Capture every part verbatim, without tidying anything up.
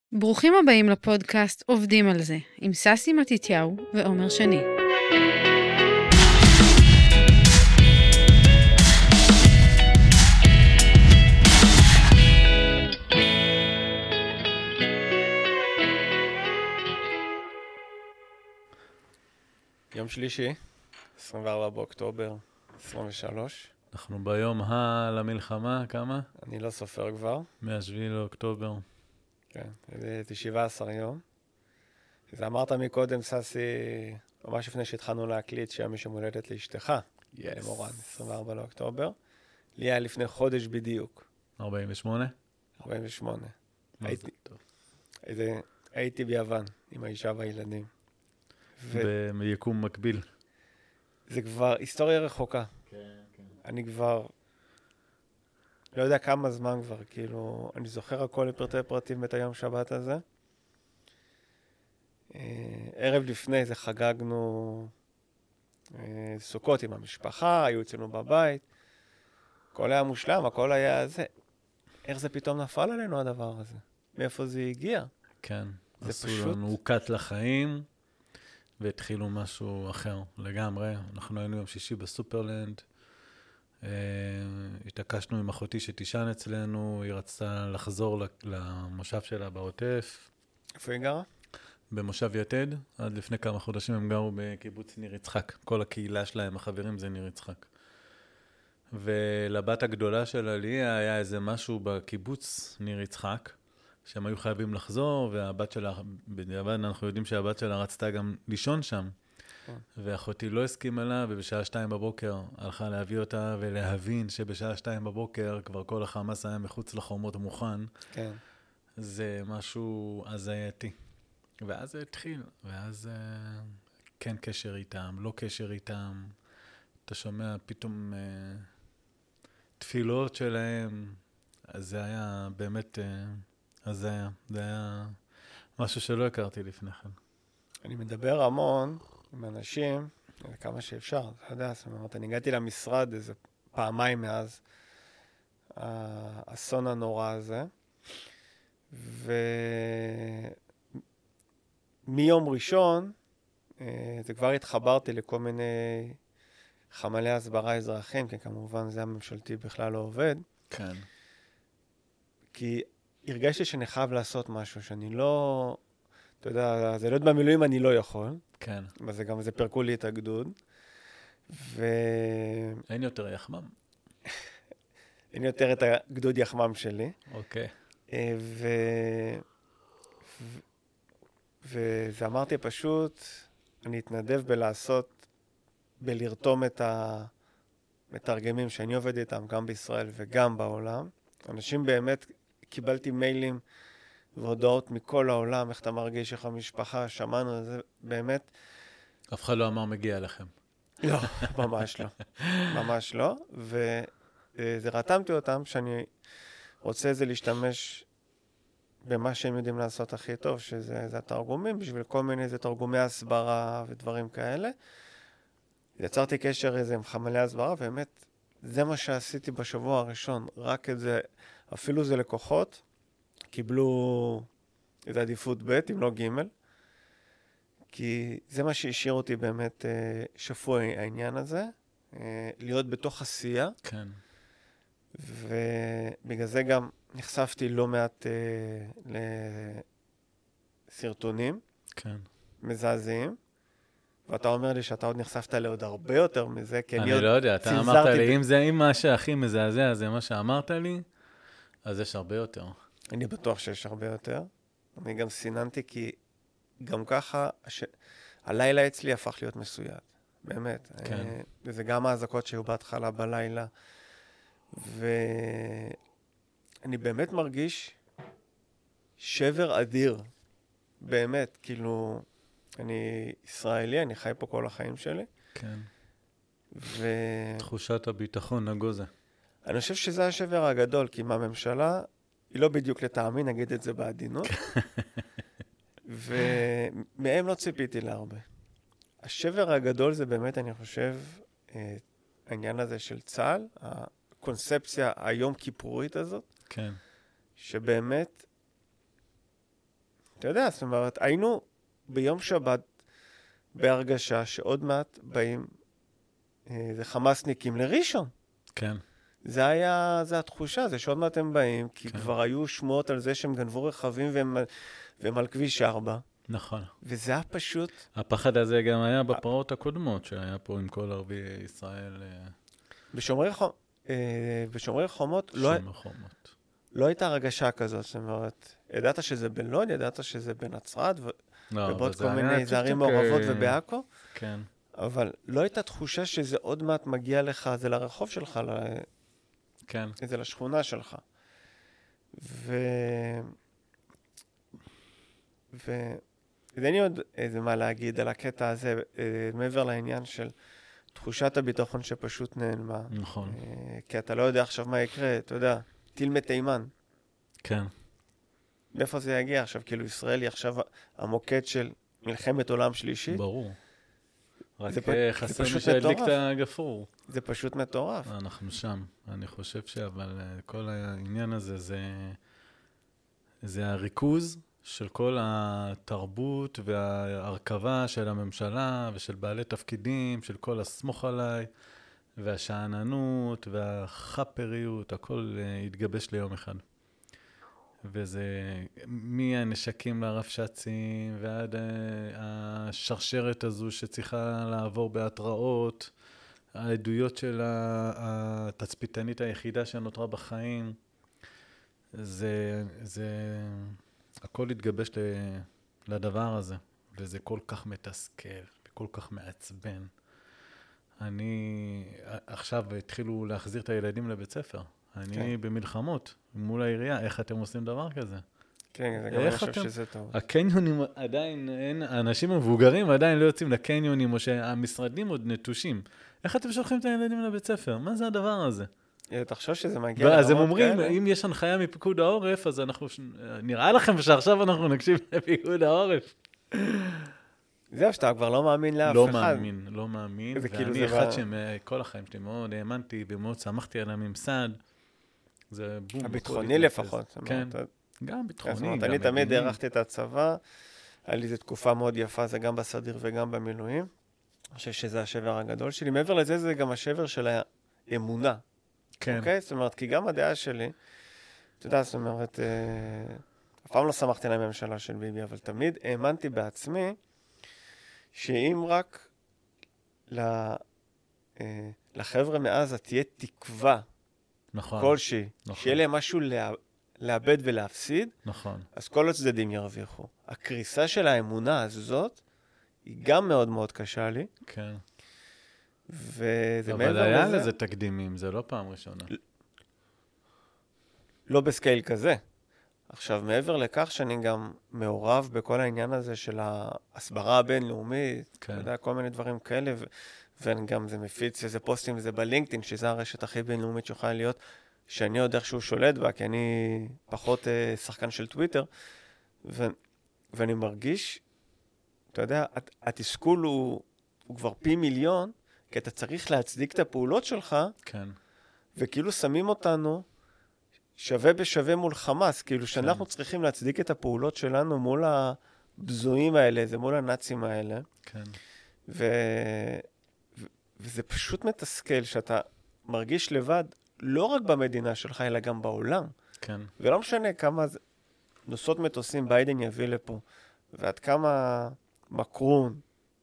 ברוכים הבאים לפודקאסט עובדים על זה, עם ססי מתיתיהו ועומר שני. יום שלישי, עשרים וארבעה באוקטובר עשרים ושלוש. אנחנו ביום ה... למלחמה, כמה? אני לא סופר כבר. מהשביעי לאוקטובר. כן, זה שבעה עשר יום. זה אמרת מקודם, ססי, ממש לפני שהתחלנו להקליט, שהיה מי שמולדת לאשתך. Yes. למורן, עשרים וארבעה לאוקטובר. לי היה לפני חודש בדיוק. ארבעים ושמונה? ארבעים ושמונה. הייתי, טוב. הייתי, הייתי ביוון עם האישה והילדים. ו... ביקום מקביל. זה כבר היסטוריה רחוקה. כן, כן. אני כבר... לא יודע כמה זמן כבר, כאילו, אני זוכר הכל לפרטי פרטים את היום שבת הזה. ערב לפני זה חגגנו סוכות עם המשפחה, היו אצלנו בבית. הכל היה מושלם, הכל היה זה. איך זה פתאום נפל עלינו הדבר הזה? מאיפה זה הגיע? כן, זה עשו פשוט... לנו קאט לחיים, והתחילו משהו אחר לגמרי. אנחנו היינו יום שישי בסופרלנד, התעקשנו עם אחותי שתישן אצלנו, היא רצתה לחזור למושב שלה בעוטף. איפה היא גרה? במושב יתד, עד לפני כמה חודשים הם גרו בקיבוץ ניר יצחק. כל הקהילה שלהם, החברים זה ניר יצחק. ולבת הגדולה שלה לי היה איזה משהו בקיבוץ ניר יצחק, שהם היו חייבים לחזור, והבת שלה, בדיעבד אנחנו יודעים שהבת שלה רצתה גם לישון שם. ואחותי לא הסכימה לה, ובשעה שתיים בבוקר הלכה להביא אותה, ולהבין שבשעה שתיים בבוקר כבר כל החמאס היה מחוץ לחומות מוכן. כן. זה משהו הזייתי. ואז זה התחיל, ואז כן קשר איתם, לא קשר איתם. אתה שומע פתאום תפילות שלהם, אז זה היה באמת, אז זה היה, זה היה משהו שלא הכרתי לפני כן. אני מדבר המון עם אנשים, כמה שאפשר, אתה יודע, זאת אומרת, אני הגעתי למשרד איזה פעמיים מאז האסון הנורא הזה, ומיום ראשון, זה כבר התחברתי לכל מיני חמלי הסברה אזרחים, כי כמובן זה הממשלתי בכלל לא עובד. כן. כי הרגשתי שאני חייב לעשות משהו, שאני לא... אתה יודע, זה להיות במילואים אני לא יכול. כן. אבל זה גם, זה פרקו לי את הגדוד. ו... אין יותר יחמם. אין יותר את הגדוד יחמם שלי. אוקיי. ו... ו... וזה אמרתי פשוט, אני אתנדב בלעשות, בלרתום את המתרגמים שאני עובד איתם, גם בישראל וגם בעולם. אנשים באמת, קיבלתי מיילים והודעות מכל העולם, איך אתה מרגיש, איך המשפחה, שמענו, זה באמת... אף אחד לא אמר מגיע לכם. לא, ממש לא. ממש לא. וזה רתמתי אותם שאני רוצה זה להשתמש במה שהם יודעים לעשות הכי טוב, שזה התרגומים, בשביל כל מיני איזה תרגומי הסברה ודברים כאלה. יצרתי קשר איזה עם חמלי הסברה, ובאמת זה מה שעשיתי בשבוע הראשון. רק את זה, אפילו זה לקוחות, קיבלו את עדיפות ב' אם לא ג', כי זה מה שהשאיר אותי באמת שפוי העניין הזה, להיות בתוך עשייה. כן. ובגלל זה גם נחשפתי לא מעט לסרטונים. כן. מזעזעים. ואתה אומר לי שאתה עוד נחשפת לעוד הרבה יותר מזה, כי אני, אני לא יודע, אתה אמרת לי, אם זה, אם מה שהכי מזעזע זה מה שאמרת לי, אז יש הרבה יותר. אני בטוח שיש הרבה יותר. אני גם סיננתי, כי גם ככה, ש... הלילה אצלי הפך להיות מסויד. באמת. כן. וזה גם ההזקות שהיו בהתחלה בלילה. ואני באמת מרגיש שבר אדיר. באמת, כאילו, אני ישראלי, אני חי פה כל החיים שלי. כן. ו... תחושת הביטחון נגוזה. אני חושב שזה השבר הגדול, כי מהממשלה היא לא בדיוק לטעמי, נגיד את זה בעדינות. ומהם לא ציפיתי להרבה. השבר הגדול זה באמת, אני חושב, העניין הזה של צה"ל, הקונספציה היום כיפורית הזאת, כן. שבאמת אתה יודע, זאת אומרת, היינו ביום שבת בהרגשה שעוד מעט באים איזה חמאסניקים לראשון. כן. זה היה, זה התחושה, זה שעוד מעט הם באים, כי כן. כבר היו שמועות על זה שהם גנבו רכבים והם, והם על כביש ארבע. נכון. וזה היה פשוט... הפחד הזה גם היה בפרעות הקודמות, שהיה פה עם כל ערבי ישראל. בשומרי, חומ... בשומרי חומות לא... שומר חומות. לא הייתה הרגשה כזאת, זאת אומרת, ידעת שזה בלוד, ידעת שזה בנצרת, ו... לא, ובעוד זה כל היה מיני קצת ערים כ- מעורבות ובעכו, כן. אבל לא הייתה תחושה שזה עוד מעט מגיע לך, זה לרחוב שלך, ל... כן. זה לשכונה שלך. ו... ו... ואין לי עוד איזה מה להגיד על הקטע הזה, מעבר לעניין של תחושת הביטחון שפשוט נעלמה. נכון. כי אתה לא יודע עכשיו מה יקרה, אתה יודע, טיל מתימן. כן. מאיפה זה יגיע עכשיו? כאילו ישראל היא עכשיו המוקד של מלחמת עולם שלישי? ברור. רק זה פ- חסר זה מי פשוט שהדליק מטורף. את הגפרור. זה פשוט מטורף. אנחנו שם. אני חושב שאבל אה, כל העניין הזה זה, זה הריכוז של כל התרבות וההרכבה של הממשלה ושל בעלי תפקידים, של כל הסמוך עליי, והשעננות והחפריות, הכל אה, התגבש ליום אחד. וזה מהנשקים לרבש"צים ועד אה, השרשרת הזו שצריכה לעבור בהתראות, העדויות של התצפיתנית היחידה שנותרה בחיים, זה, זה, הכל התגבש לדבר הזה, וזה כל כך מתסכל, וכל כך מעצבן. אני, עכשיו התחילו להחזיר את הילדים לבית ספר. אני כן. במלחמות מול העירייה, איך אתם עושים דבר כזה? כן, זה גם אני חושב שזה טוב. הקניונים עדיין, אין, האנשים המבוגרים עדיין לא יוצאים לקניונים, או שהמשרדים עוד נטושים. איך אתם שולחים את הילדים לבית ספר? מה זה הדבר הזה? תחשוב שזה מגיע ואז הם לרמות אומרים, כאלה. אם יש הנחיה מפיקוד העורף, אז אנחנו, נראה לכם שעכשיו אנחנו נקשיב לפיקוד העורף. זהו, שאתה כבר לא מאמין לאף לא אחד. מאמין, לא מאמין. זה כאילו ואני זה אחד מה- שכל החיים שלי מאוד האמנתי ומאוד שמחתי על הממסד. זה בום. הביטחוני הכל התנפץ. לפחות. זאת כן, אומרת, גם זאת ביטחוני, אומרת, גם אני תמיד מדיני. הערכתי את הצבא, היה לי איזו תקופה מאוד יפה, זה גם בסדיר וגם במילואים. אני חושב שזה השבר הגדול שלי. מעבר לזה, זה גם השבר של האמונה. כן, אוקיי? זאת אומרת, כי גם הדעה שלי, אתה יודע, זאת אומרת, אה, אף פעם לא שמחתי על הממשלה של ביבי, אבל תמיד האמנתי בעצמי, שאם רק ל- אה, לחבר'ה מעזה תהיה תקווה נכון, כלשהי, נכון. שיהיה להם משהו לה- לאבד ולהפסיד, נכון. אז כל הצדדים ירוויחו. הקריסה של האמונה הזאת, היא גם מאוד מאוד קשה לי, כן. וזה אבל מעבר היה לזה, לזה תקדימים, זה לא פעם ראשונה. לא בסקייל כזה. עכשיו, מעבר לכך שאני גם מעורב בכל העניין הזה של ההסברה הבינלאומית, כן. אתה יודע, כל מיני דברים כאלה, ו- וגם זה מפיץ איזה פוסטים, זה בלינקדאין, שזה הרשת הכי בינלאומית שיכולה להיות, שאני עוד איכשהו שולט בה, כי אני פחות אה, שחקן של טוויטר, ו- ואני מרגיש, אתה יודע, הת- התסכול הוא, הוא כבר פי מיליון, כי אתה צריך להצדיק את הפעולות שלך, כן, וכאילו שמים אותנו שווה בשווה מול חמאס, כאילו שאנחנו צריכים להצדיק את הפעולות שלנו מול הבזויים האלה, זה מול הנאצים האלה, כן. ו... ו... וזה פשוט מתסכל שאתה מרגיש לבד, לא רק במדינה שלך, אלא גם בעולם. כן, ולא משנה כמה זה- נוסעות מטוסים ביידן יביא לפה, ועד כמה מקרון,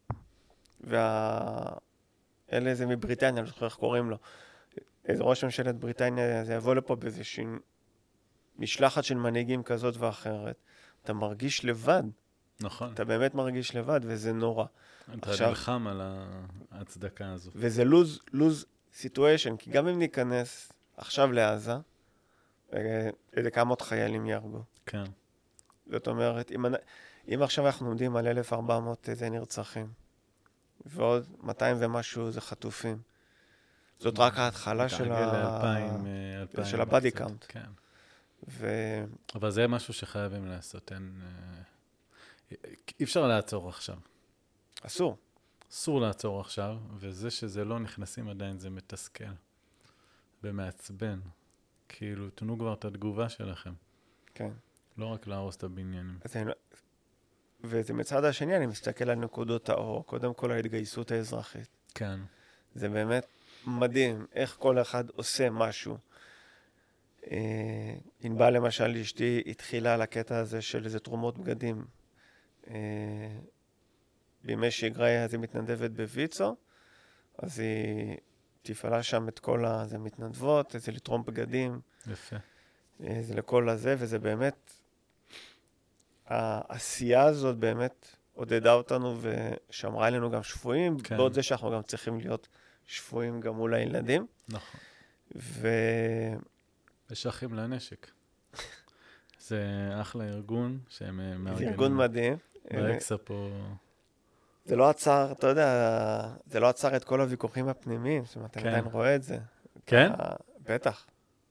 וה... אלה זה מבריטניה, אני לא זוכר איך קוראים לו. איזה ראש ממשלת בריטניה, זה יבוא לפה באיזושהי משלחת של מנהיגים כזאת ואחרת. אתה מרגיש לבד, נכון. אתה באמת מרגיש לבד, וזה נורא. אתה עכשיו- נלחם על ההצדקה הזו. וזה lose, lose situation, כי גם אם ניכנס עכשיו לעזה, אה, איזה כמה עוד חיילים יהרגו. כן, זאת אומרת, אם, אנ- אם עכשיו אנחנו עומדים על אלף וארבע מאות איזה נרצחים, ועוד מאתיים ומשהו זה חטופים, זאת רק ההתחלה של מתגלגל ה... לאלפיים, אה, אלפיים של ה-body וקצת. count. כן. ו... אבל זה משהו שחייבים לעשות. אין, אה, אי אפשר לעצור עכשיו. אסור. אסור לעצור עכשיו, וזה שזה לא נכנסים עדיין זה מתסכל ומעצבן. כאילו, תנו כבר את התגובה שלכם. כן. לא רק להרוס את הבניינים. אז אני, לא- וזה מצד השני, אני מסתכל על נקודות האור, קודם כל ההתגייסות האזרחית. כן. זה באמת מדהים איך כל אחד עושה משהו. ענבל למשל, אשתי התחילה על הקטע הזה של איזה תרומות בגדים. בימי שגרה אז היא מתנדבת בויצו, אז היא תפעלה שם את כל הזה מתנדבות, זה לתרום בגדים. יפה. זה לכל הזה, וזה באמת, העשייה הזאת באמת עודדה אותנו ושמרה עלינו גם שפויים, כן. בעוד זה שאנחנו גם צריכים להיות שפויים גם מול הילדים. נכון. ו... יש אחים לנשק. זה אחלה ארגון שהם מארגנים. זה ארגון מדהים. באקסה פה... זה לא עצר, אתה יודע, זה לא עצר את כל הוויכוחים הפנימיים, זאת אומרת, אני עדיין רואה את זה. כן? בטח.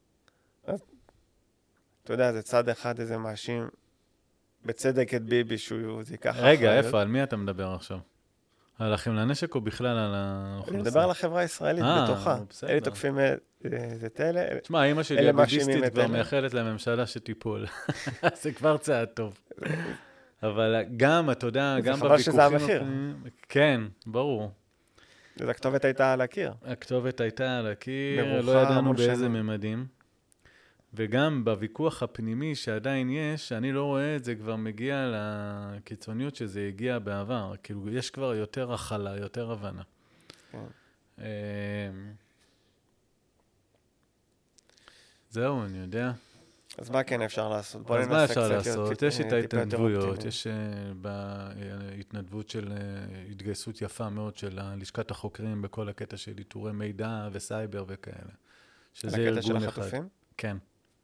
אתה יודע, זה צד אחד איזה מאשים, בצדק את ביבי שהוא ייקח אחריות. רגע, איפה? על מי אתה מדבר עכשיו? על אחים לנשק או בכלל על האוכלוסיה? אני מדבר על החברה הישראלית בתוכה. אלה תוקפים את אלה. תשמע, אמא שלי הביביסטית כבר מייחלת לממשלה שתיפול. זה כבר צעד טוב. אבל גם, אתה יודע, גם בוויכוחים... זה חבל שזה המחיר. כן, ברור. אז הכתובת הייתה על הקיר. הכתובת הייתה על הקיר, לא ידענו באיזה ממדים. וגם בוויכוח הפנימי שעדיין יש, אני לא רואה את זה כבר מגיע לקיצוניות שזה הגיע בעבר. כאילו, יש כבר יותר הכלה, יותר הבנה. זהו, אני יודע. אז מה כן אפשר לעשות? בוא אז מה אפשר לעשות? יש את ההתנדבויות, יש בהתנדבות של התגייסות יפה מאוד של לשכת החוקרים בכל הקטע של איתורי מידע וסייבר וכאלה. שזה ארגון אחד. הקטע של החטופים? כן.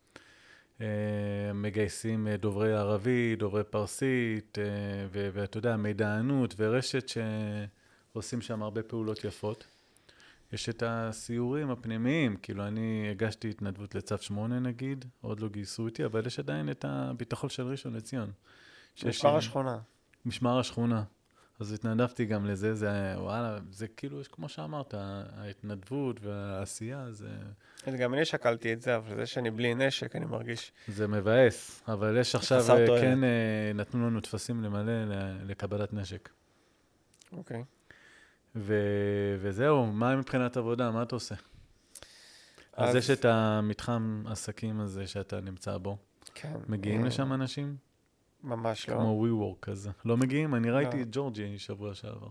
מגייסים דוברי ערבי, דוברי פרסית, ואתה יודע, מידענות ורשת שעושים שם הרבה פעולות יפות. יש את הסיורים הפנימיים, כאילו אני הגשתי התנדבות לצו שמונה נגיד, עוד לא גייסו אותי, אבל יש עדיין את הביטחון של ראשון לציון. משמר השכונה. משמר השכונה. אז התנדבתי גם לזה, זה, וואלה, זה כאילו, כמו שאמרת, ההתנדבות והעשייה, זה... גם אני שקלתי את זה, אבל זה שאני בלי נשק, אני מרגיש... זה מבאס, אבל יש עכשיו, כן, נתנו לנו תפסים למלא לקבלת נשק. אוקיי. ו- וזהו, מה מבחינת עבודה? מה אתה עושה? אז, אז יש את המתחם עסקים הזה שאתה נמצא בו. כן. מגיעים לשם אנשים? ממש לא. כמו WeWork כזה. לא מגיעים? אני ראיתי את ג'ורג'י שבוע שעבר.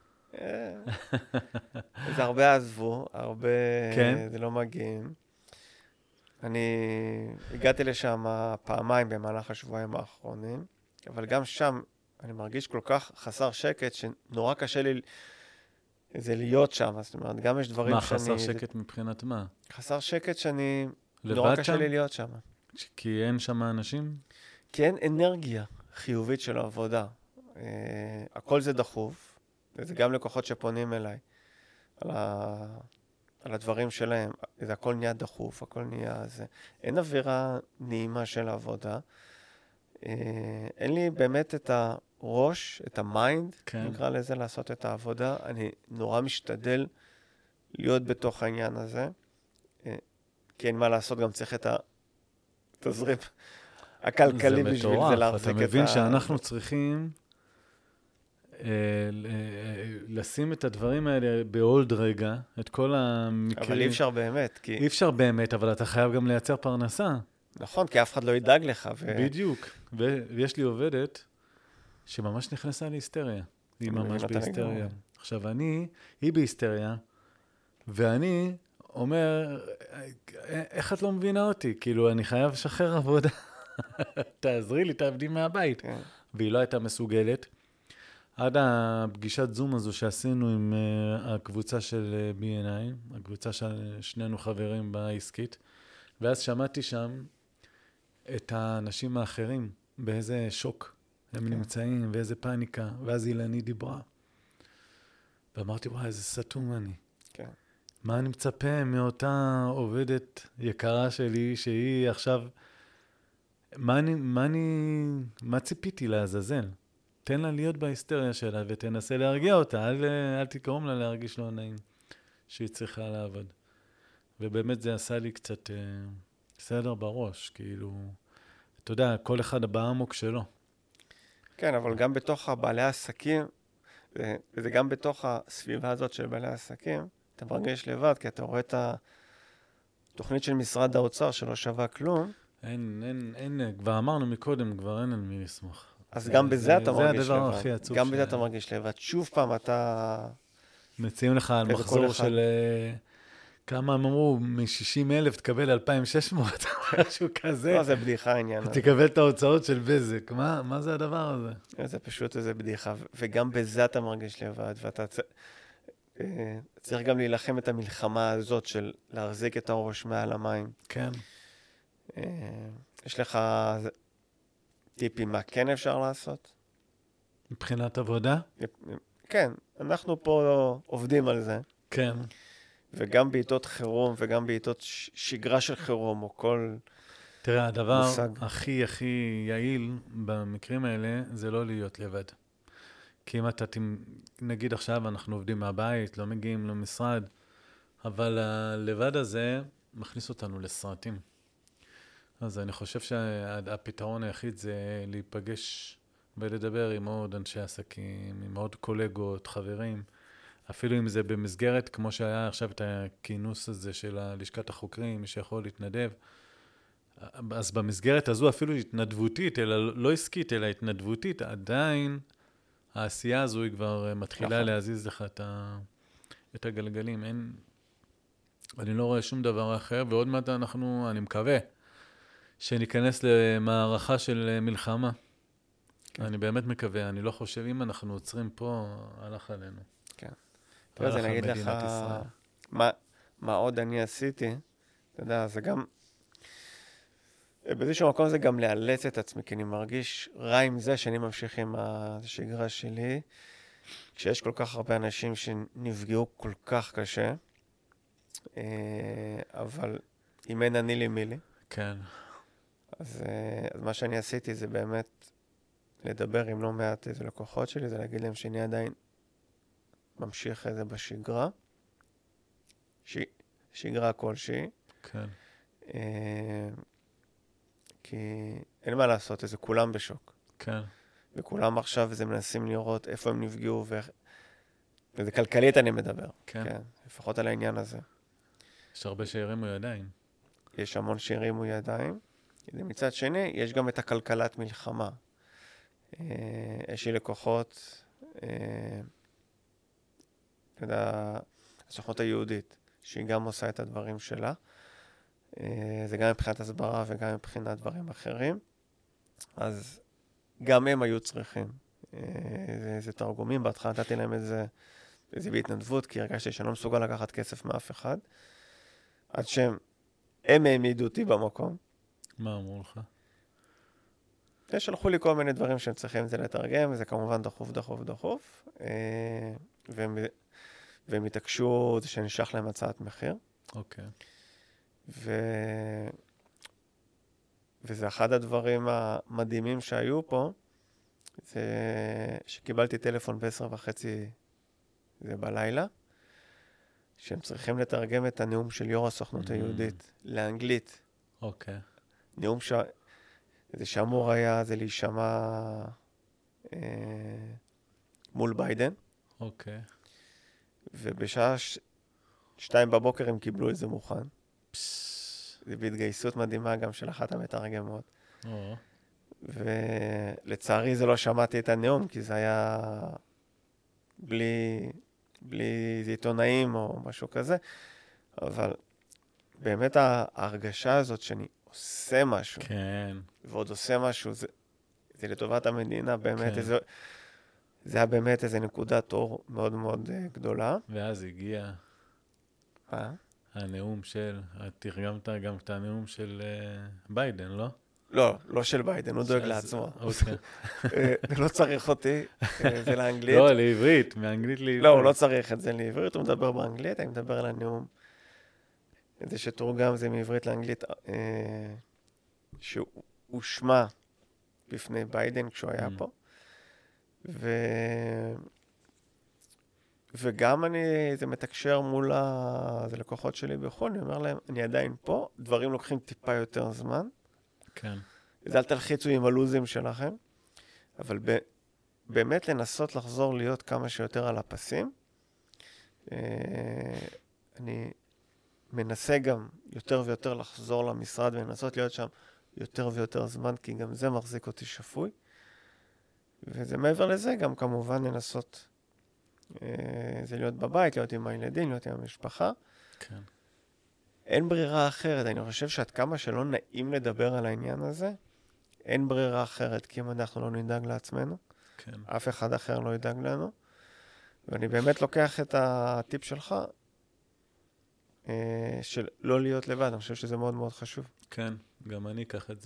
זה הרבה עזבו, הרבה כן? זה לא מגיעים. אני הגעתי לשם פעמיים במהלך השבועיים האחרונים, אבל גם שם אני מרגיש כל כך חסר שקט, שנורא קשה לי... זה להיות שם, זאת אומרת, גם יש דברים מה, שאני... מה, חסר שקט מבחינת מה? חסר שקט שאני... נורא קשה לי להיות שם. כי אין שם אנשים? כי אין אנרגיה חיובית של העבודה. Uh, הכל זה דחוף, וזה גם לקוחות שפונים אליי, על, ה... על הדברים שלהם. זה הכל נהיה דחוף, הכל נהיה... זה... אין אווירה נעימה של העבודה. Uh, אין לי באמת את ה... ראש, את המיינד, כן. נקרא לזה, לעשות את העבודה. אני נורא משתדל להיות בתוך העניין הזה, כי אין מה לעשות, גם צריך את התזרים הכלכלי בשביל זה להחזיק את ה... אתה מבין שאנחנו צריכים לשים את הדברים האלה בעוד רגע, את כל המקרים. אבל אי אפשר באמת, כי... אי אפשר באמת, אבל אתה חייב גם לייצר פרנסה. נכון, כי אף אחד לא ידאג לך. בדיוק. ויש לי עובדת, שממש נכנסה להיסטריה. היא ממש בהיסטריה. עכשיו, אני, היא בהיסטריה, ואני אומר, איך את לא מבינה אותי? כאילו, אני חייב לשחרר עבודה. תעזרי לי, תעבדי מהבית. והיא לא הייתה מסוגלת. עד הפגישת זום הזו שעשינו עם הקבוצה של בי אן איי, הקבוצה של שנינו חברים בעסקית, ואז שמעתי שם את האנשים האחרים באיזה שוק. הם נמצאים, ואיזה פאניקה, ואז אילני דיברה. ואמרתי, וואי, איזה סתום אני. כן. מה אני מצפה מאותה עובדת יקרה שלי, שהיא עכשיו... מה אני... מה אני... מה ציפיתי לעזאזל? תן לה להיות בהיסטריה שלה, ותנסה להרגיע אותה. אל, אל תקרום לה להרגיש לא נעים שהיא צריכה לעבוד. ובאמת זה עשה לי קצת אה, סדר בראש, כאילו... אתה יודע, כל אחד הבא עמוק שלו. כן, אבל גם בתוך הבעלי העסקים, וזה גם בתוך הסביבה הזאת של בעלי העסקים, אתה מרגיש לבד, כי אתה רואה את התוכנית של משרד האוצר שלא שווה כלום. אין, אין, אין, כבר אמרנו מקודם, כבר אין על מי לסמוך. אז זה, גם בזה זה, אתה זה מרגיש הדבר לבד. הכי עצוב. גם ש... בזה אתה מרגיש לבד. שוב פעם, אתה... מציעים לך על מחזור של... כמה הם אמרו, מ-שישים אלף תקבל אלפיים ושש מאות, משהו כזה. לא, זה בדיחה העניין. תקבל את ההוצאות של בזק. מה, מה זה הדבר הזה? זה פשוט איזה בדיחה, וגם בזה אתה מרגיש לבד, ואתה צ... צריך גם להילחם את המלחמה הזאת של להחזיק את הראש מעל המים. כן. יש לך טיפים מה כן אפשר לעשות? מבחינת עבודה? כן, אנחנו פה עובדים על זה. כן. וגם בעיתות חירום, וגם בעיתות שגרה של חירום, או כל... תראה, הדבר מושג. הכי הכי יעיל במקרים האלה, זה לא להיות לבד. כי אם אתה, נגיד עכשיו אנחנו עובדים מהבית, לא מגיעים למשרד, אבל הלבד הזה מכניס אותנו לסרטים. אז אני חושב שהפתרון היחיד זה להיפגש ולדבר עם עוד אנשי עסקים, עם עוד קולגות, חברים, אפילו אם זה במסגרת, כמו שהיה עכשיו את הכינוס הזה של לשכת החוקרים, מי שיכול להתנדב, אז במסגרת הזו אפילו התנדבותית, אלא לא עסקית, אלא התנדבותית, עדיין העשייה הזו היא כבר מתחילה נכון. להזיז לך את, ה, את הגלגלים. אין, אני לא רואה שום דבר אחר, ועוד מעט אנחנו, אני מקווה, שניכנס למערכה של מלחמה. כן. אני באמת מקווה, אני לא חושב, אם אנחנו עוצרים פה, הלך עלינו. כן. אז אני אגיד לך, מה, מה עוד אני עשיתי, אתה יודע, זה גם, באיזשהו מקום זה גם לאלץ את עצמי, כי אני מרגיש רע עם זה שאני ממשיך עם השגרה שלי, כשיש כל כך הרבה אנשים שנפגעו כל כך קשה, אבל אם אין אני לי מי לי. כן. אז, אז מה שאני עשיתי זה באמת לדבר עם לא מעט איזה לקוחות שלי, זה להגיד להם שאני עדיין ממשיך איזה בשגרה, ש... שגרה כלשהי. כן. כי אין מה לעשות, זה כולם בשוק. כן. וכולם עכשיו זה מנסים לראות איפה הם נפגעו, ו... וזה כלכלית אני מדבר. כן. כן. לפחות על העניין הזה. יש הרבה שהרימו ידיים. יש המון שהרימו ידיים. מצד שני, יש גם את הכלכלת מלחמה. יש לי לקוחות, אתה יודע, הסוכנות היהודית, שהיא גם עושה את הדברים שלה. זה גם מבחינת הסברה וגם מבחינת דברים אחרים. אז גם הם היו צריכים. זה, זה תרגומים, בהתחלה נתתי להם את זה, זה בהתנדבות, כי הרגשתי שאני לא מסוגל לקחת כסף מאף אחד. עד שהם, הם העמידו אותי במקום. מה אמרו לך? שלחו לי כל מיני דברים שהם צריכים את זה לתרגם, וזה כמובן דחוף, דחוף, דחוף. והם, והם התעקשו שאני אשלח להם הצעת מחיר. אוקיי. ו... וזה אחד הדברים המדהימים שהיו פה, זה שקיבלתי טלפון בעשר וחצי, זה בלילה, שהם צריכים לתרגם את הנאום של יו"ר הסוכנות mm-hmm. היהודית לאנגלית. אוקיי. נאום ש... זה שאמור היה, זה להישמע אה, מול ביידן. אוקיי. ובשעה ש... שתיים בבוקר הם קיבלו את זה מוכן. זה בהתגייסות מדהימה גם של אחת המתרגמות. או. ולצערי זה לא שמעתי את הנאום, כי זה היה בלי, בלי עיתונאים או משהו כזה. אבל באמת ההרגשה הזאת שאני עושה משהו, כן. ועוד עושה משהו, זה, זה לטובת המדינה, באמת כן. איזה, זה היה באמת איזו נקודת אור מאוד מאוד uh, גדולה. ואז הגיע מה? הנאום של, תרגמת גם את הנאום של uh, ביידן, לא? לא, לא של ביידן, הוא דואג לעצמו. אוקיי. לא צריך אותי, זה לאנגלית. לא, לעברית, מאנגלית לעברית. לא, הוא לא צריך את זה לעברית, הוא מדבר באנגלית, אני מדבר על הנאום. זה שתורגם זה מעברית לאנגלית, שהוא שמע בפני ביידן כשהוא היה פה. ו... וגם אני, זה מתקשר מול הלקוחות שלי בחול, אני אומר להם, אני עדיין פה, דברים לוקחים טיפה יותר זמן. כן. אז אל תלחיצו עם הלוזים שלכם, אבל ב... באמת לנסות לחזור להיות כמה שיותר על הפסים. אני מנסה גם יותר ויותר לחזור למשרד ולנסות להיות שם יותר ויותר זמן, כי גם זה מחזיק אותי שפוי. וזה מעבר לזה גם כמובן לנסות, זה להיות בבית, להיות עם הילדים, להיות עם המשפחה. כן. אין ברירה אחרת. אני חושב שעד כמה שלא נעים לדבר על העניין הזה, אין ברירה אחרת, כי אם אנחנו לא נדאג לעצמנו, כן. אף אחד אחר לא ידאג לנו. ואני באמת לוקח את הטיפ שלך, של לא להיות לבד. אני חושב שזה מאוד מאוד חשוב. כן, גם אני אקח את זה.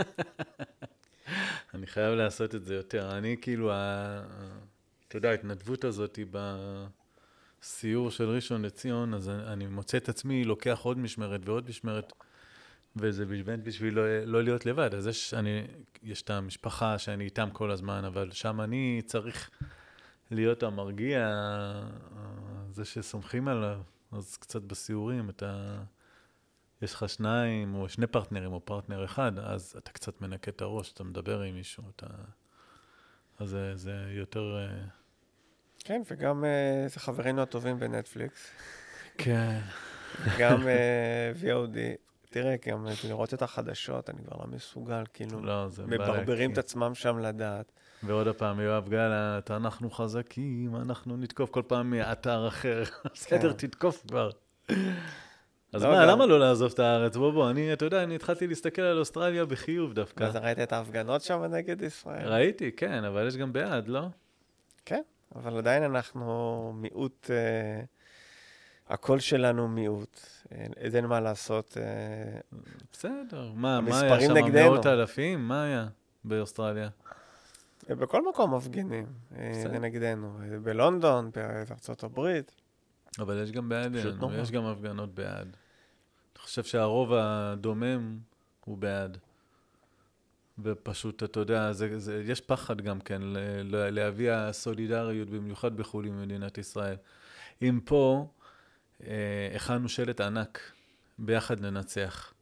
אני חייב לעשות את זה יותר. אני כאילו, אתה יודע, ההתנדבות הזאת היא בסיור של ראשון לציון, אז אני מוצא את עצמי, לוקח עוד משמרת ועוד משמרת, וזה באמת בשביל לא, לא להיות לבד. אז יש, אני, יש את המשפחה שאני איתם כל הזמן, אבל שם אני צריך להיות המרגיע, זה שסומכים עליו. אז קצת בסיורים, אתה, יש לך שניים או שני פרטנרים או פרטנר אחד, אז אתה קצת מנקה את הראש, אתה מדבר עם מישהו, אתה, אז זה, זה יותר... כן, וגם זה חברינו הטובים בנטפליקס. כן. גם וי או די. תראה, גם לראות את החדשות, אני כבר לא מסוגל, כאילו, לא, זה מברברים את עצמם שם לדעת. ועוד הפעם, יואב גלנט, אנחנו חזקים, אנחנו נתקוף כל פעם מאתר אחר. בסדר, תתקוף כבר. אז מה, למה לא לעזוב את הארץ? בוא, בוא, אני, אתה יודע, אני התחלתי להסתכל על אוסטרליה בחיוב דווקא. אז ראית את ההפגנות שם נגד ישראל? ראיתי, כן, אבל יש גם בעד, לא? כן, אבל עדיין אנחנו מיעוט, הקול שלנו מיעוט. אין מה לעשות. בסדר, מה היה שם? מאות אלפים? מה היה באוסטרליה? בכל מקום מפגינים, זה נגדנו. בלונדון, בארצות הברית. אבל יש גם בעדנו, יש גם הפגנות בעד. אני חושב שהרוב הדומם הוא בעד. ופשוט, אתה יודע, זה, זה, יש פחד גם כן להביא הסולידריות, במיוחד בחו"ל עם מדינת ישראל. אם פה, אה, הכנו שלט ענק, ביחד ננצח.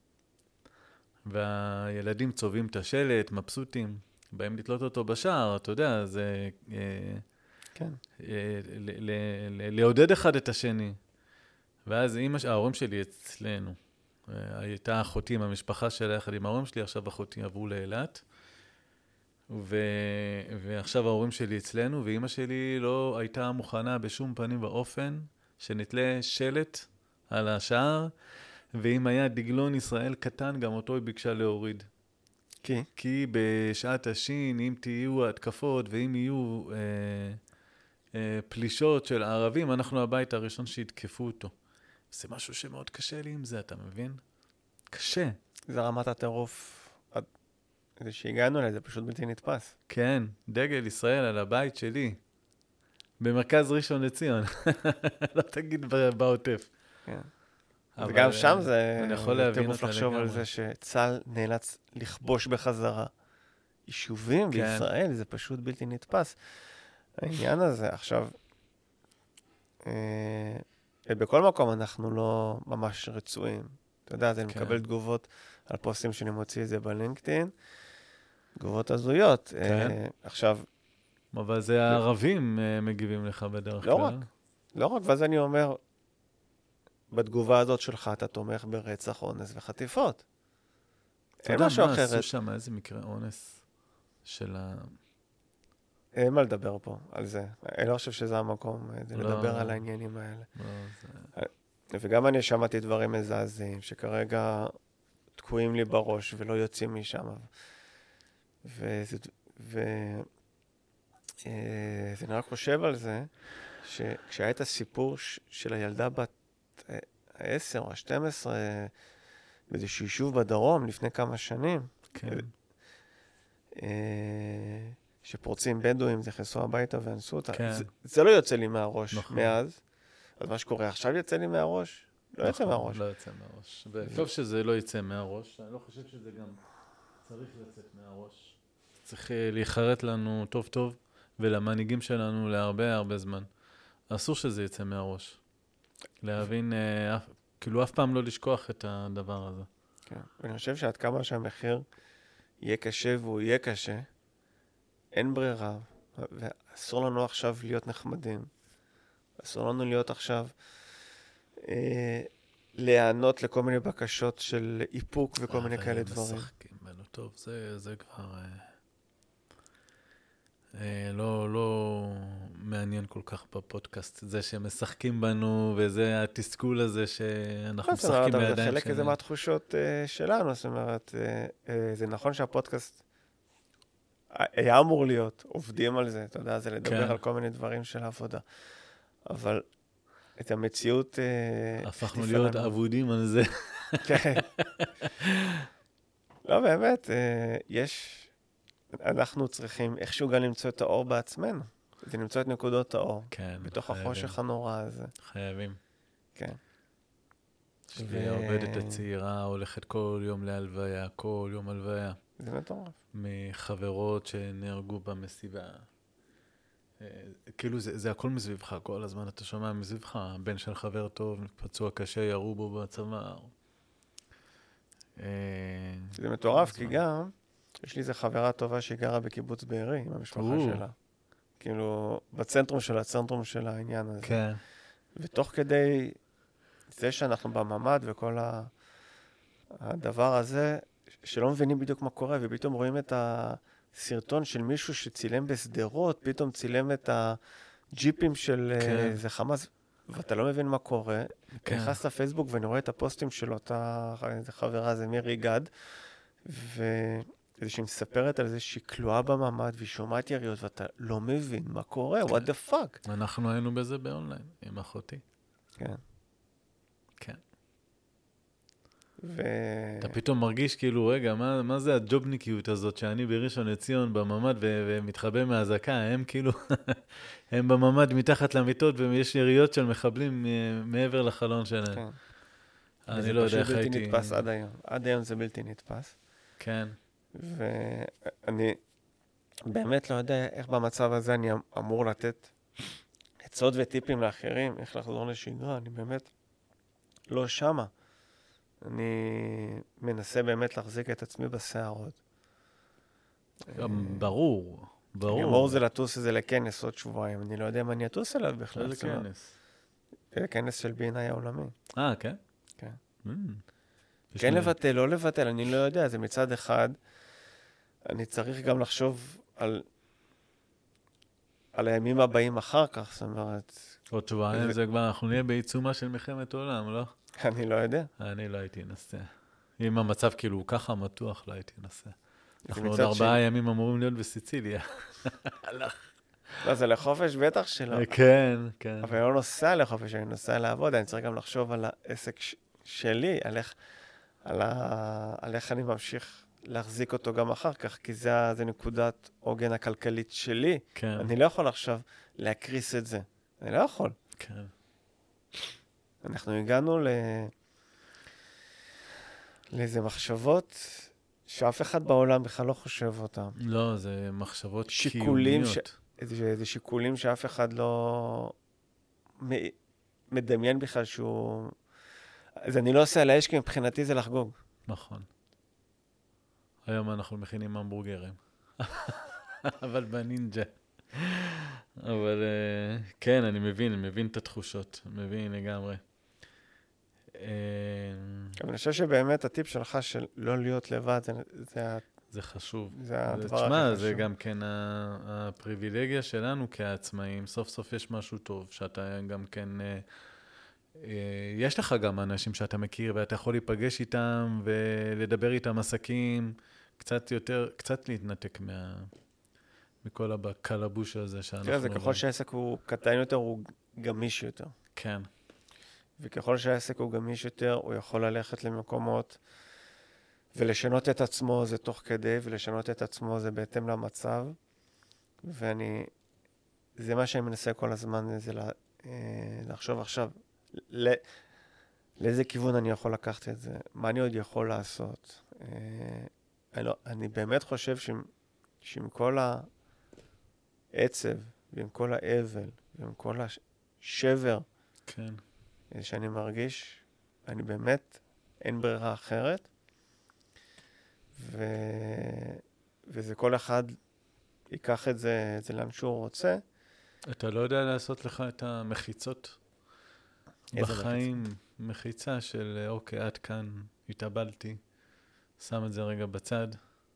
והילדים צובעים את השלט, מבסוטים, באים לתלות אותו בשער, אתה יודע, זה... אה, כן. לעודד אחד את השני. ואז אמא, ההורים שלי אצלנו, הייתה אחותי עם המשפחה שלה יחד עם ההורים שלי, עכשיו אחותי עברו לאילת, ועכשיו ההורים שלי אצלנו, ואמא שלי לא הייתה מוכנה בשום פנים ואופן, שנתלה שלט על השער, ואם היה דגלון ישראל קטן, גם אותו היא ביקשה להוריד. כי? כי בשעת השין, אם תהיו התקפות, ואם יהיו... אה, פלישות של הערבים, אנחנו הבית הראשון שהתקפו אותו. זה משהו שמאוד קשה לי עם זה, אתה מבין? קשה. זה רמת הטירוף. זה שהגענו לזה, פשוט בלתי נתפס. כן, דגל ישראל על הבית שלי. במרכז ראשון לציון. לא תגיד בעוטף. כן. וגם שם זה טירוף לחשוב על זה שצה"ל נאלץ לכבוש בחזרה יישובים בישראל, זה פשוט בלתי נתפס. העניין הזה, עכשיו, אה, בכל מקום אנחנו לא ממש רצויים. אתה יודע, אז אני כן. מקבל תגובות על פוסטים שאני מוציא את זה בלינקדאין, תגובות הזויות. כן. אה, עכשיו... אבל זה הערבים אה, מגיבים לך בדרך לא כלל. רק, לא רק, ואז אני אומר, בתגובה הזאת שלך אתה תומך ברצח, אונס וחטיפות. אין משהו אחרת. אתה יודע מה עשו שם, איזה מקרה אונס של ה... אין מה לדבר פה על זה. אני לא חושב שזה המקום, זה לא. לדבר על העניינים האלה. לא, זה... וגם אני שמעתי דברים מזעזעים, שכרגע תקועים לי בראש ולא יוצאים משם. וזה... ו... זה אני רק חושב על זה, שכשהיה את הסיפור של הילדה בת ה-עשר או ה-שתים עשרה, באיזשהו יישוב בדרום לפני כמה שנים, כן. שפורצים בדואים, זה נכנסו הביתה ואנסו אותה. כן. זה, זה לא יוצא לי מהראש נכון. מאז. אז מה שקורה עכשיו יצא לי מהראש? לא נכון, יצא מהראש. לא יצא מהראש. וטוב שזה לא יצא מהראש. אני לא חושב שזה גם צריך לצאת מהראש. צריך להיחרט לנו טוב טוב, ולמנהיגים שלנו להרבה הרבה זמן. אסור שזה יצא מהראש. להבין, אה, כאילו אף פעם לא לשכוח את הדבר הזה. כן. ואני חושב שעד כמה שהמחיר יהיה קשה והוא יהיה קשה, אין ברירה. ואסור לנו עכשיו להיות נחמדים. אסור לנו להיות עכשיו אה, להיענות לכל מיני בקשות של איפוק וכל מיני כאלה דברים. משחקים בנו. טוב, זה, זה כבר אה, אה, לא, לא מעניין כל כך בפודקאסט. זה שמשחקים בנו, וזה התסכול הזה שאנחנו משחקים בידיים שלנו. זה חלק של... איזה מהתחושות אה, שלנו. זאת אומרת, אה, אה, זה נכון שהפודקאסט היה אמור להיות, עובדים על זה, אתה יודע, זה לדבר כן. על כל מיני דברים של העבודה. אבל את המציאות... אה, הפכנו להיות לנו. עבודים על זה. כן. לא, באמת, אה, יש... אנחנו צריכים איכשהו גם למצוא את האור בעצמנו. זה למצוא את נקודות האור. כן, בתוך חייבים. החושך הנורא הזה. חייבים. כן. יש לי העובדת הצעירה, הולכת כל יום להלוויה, כל יום הלוויה. זה מטורף. מחברות שנהרגו במסיבה. אה, כאילו זה, זה הכל מסביבך, כל הזמן אתה שומע מסביבך, הבן של חבר טוב, פצוע קשה, ירו בו בצבא. אה, זה מטורף, כי גם, יש לי איזו חברה טובה שהיא גרה בקיבוץ בארי, עם המשפחה או. שלה. כאילו, בצנטרום של הצנטרום של העניין הזה. כן. ותוך כדי זה שאנחנו בממד וכל ה... הדבר הזה, שלא מבינים בדיוק מה קורה, ופתאום רואים את הסרטון של מישהו שצילם בסדרות, פתאום צילם את הג'יפים של כן. איזה חמאס, ואתה לא מבין מה קורה. כן. נכנס לפייסבוק ואני רואה את הפוסטים של אותה חברה, זה מירי גד, וזה שהיא מספרת על זה שהיא כלואה בממד, והיא שומעת יריות, ואתה לא מבין מה קורה, כן. what the fuck. אנחנו היינו בזה באונליין, עם אחותי. כן. כן. ו... אתה פתאום מרגיש כאילו, רגע, מה, מה זה הג'ובניקיות הזאת שאני בראשון לציון בממד ו- ומתחבא מהזקה? הם כאילו, הם בממד מתחת למיטות ויש יריות של מחבלים מעבר לחלון שלהם. כן. אני לא יודע איך הייתי... זה פשוט בלתי נתפס עד היום. עד היום זה בלתי נתפס. כן. ואני באמת לא יודע איך במצב הזה אני אמור לתת עצות וטיפים לאחרים, איך לחזור לשגרה. אני באמת לא שמה. אני מנסה באמת להחזיק את עצמי בשערות. ברור, ברור. אני אמור זה לטוס איזה לכנס עוד שבועיים. אני לא יודע אם אני אטוס אליו בכלל. איזה כנס? כנס של בעיניי העולמי. אה, כן? כן. Mm. כן לבטל, לא לבטל, אני לא יודע. זה מצד אחד, אני צריך גם לחשוב על, על הימים הבאים אחר כך, זאת אומרת... עוד שבועיים זה כבר, אנחנו נהיה בעיצומה של מלחמת עולם, לא? אני לא יודע. אני לא הייתי אנסה. אם המצב כאילו ככה מתוח, לא הייתי אנסה. אנחנו עוד מצד ארבעה שני- ימים אמורים להיות בסיציליה. לא, זה לחופש בטח שלא. כן, כן. אבל אני לא נוסע לחופש, אני נוסע לעבוד, אני צריך גם לחשוב על העסק ש- שלי, על איך, על ה... על איך אני ממשיך להחזיק אותו גם אחר כך, כי זה, זה נקודת עוגן הכלכלית שלי. כן, אני לא יכול עכשיו להקריס את זה. אני לא יכול. כן. אנחנו הגענו ל... לאיזה מחשבות שאף אחד בעולם בכלל לא חושב אותן. לא, זה מחשבות שיקולים ש- קיומיות. איזה, איזה שיקולים שאף אחד לא מ- מדמיין בכלל שהוא... אז אני לא עושה על האש, כי מבחינתי זה לחגוג. נכון. היום אנחנו מכינים המבורגרים. אבל בנינג'ה. אבל אה, כן, אני מבין, אני מבין את התחושות. מבין לגמרי. אה, אבל אני חושב שבאמת הטיפ שלך של לא להיות לבד, זה, זה, ה- זה חשוב. זה הדבר הכי חשוב. תשמע, זה גם כן ה- הפריבילגיה שלנו כעצמאים. סוף סוף יש משהו טוב, שאתה גם כן... אה, אה, יש לך גם אנשים שאתה מכיר, ואתה יכול להיפגש איתם ולדבר איתם עסקים, קצת יותר, קצת להתנתק מה... מכל הקלבוש הזה שאנחנו... תראה, זה ככל שהעסק הוא קטן יותר, הוא גמיש יותר. כן, וככל שהעסק הוא גמיש יותר, הוא יכול ללכת למקומות ולשנות את עצמו זה תוך כדי, ולשנות את עצמו זה בהתאם למצב. ואני, זה מה שאני מנסה כל הזמן, זה לה, אה, לחשוב עכשיו, ל, לאיזה כיוון אני יכול לקחת את זה, מה אני עוד יכול לעשות. אה, אני, לא, אני באמת חושב שעם, שעם כל העצב, ועם כל האבל, ועם כל השבר, כן. שאני מרגיש, אני באמת, אין ברירה אחרת. ו... וזה כל אחד ייקח את זה, את זה לאן שהוא רוצה. אתה לא יודע לעשות לך את המחיצות בחיים, מחיצה של אוקיי, עד כאן התאבלתי, שם את זה רגע בצד.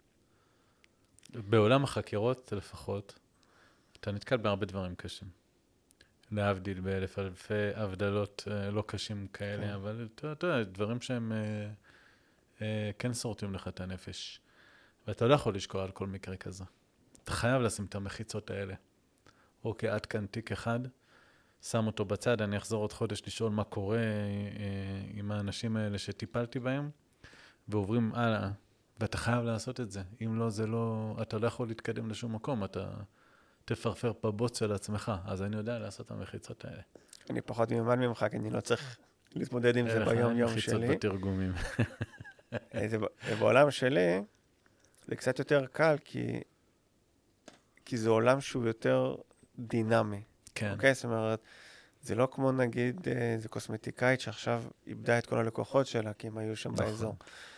בעולם החקירות לפחות, אתה נתקל בהרבה דברים קשים. להבדיל באלף אלפי הבדלות לא קשים כאלה, כן. אבל אתה, אתה יודע, דברים שהם אה, אה, כן שורטים לך את הנפש. ואתה לא יכול לשקוע על כל מקרה כזה. אתה חייב לשים את המחיצות האלה. אוקיי, עד כאן תיק אחד, שם אותו בצד, אני אחזור עוד חודש לשאול מה קורה אה, עם האנשים האלה שטיפלתי בהם, ועוברים הלאה. ואתה חייב לעשות את זה. אם לא, זה לא, אתה לא יכול להתקדם לשום מקום, אתה תפרפר בבוץ של עצמך. אז אני יודע לעשות את המחיצות האלה. אני פחות מיומן ממך, כי אני לא צריך להתמודד עם זה ביום יום שלי. מחיצות בתרגומים. זה, בעולם שלי, זה קצת יותר קל, כי, כי זה עולם שהוא יותר דינמי. כן. אוקיי? זאת אומרת, זה לא כמו נגיד, זה קוסמטיקאית שעכשיו איבדה את כל הלקוחות שלה, כי הם היו שם נכון. באזור.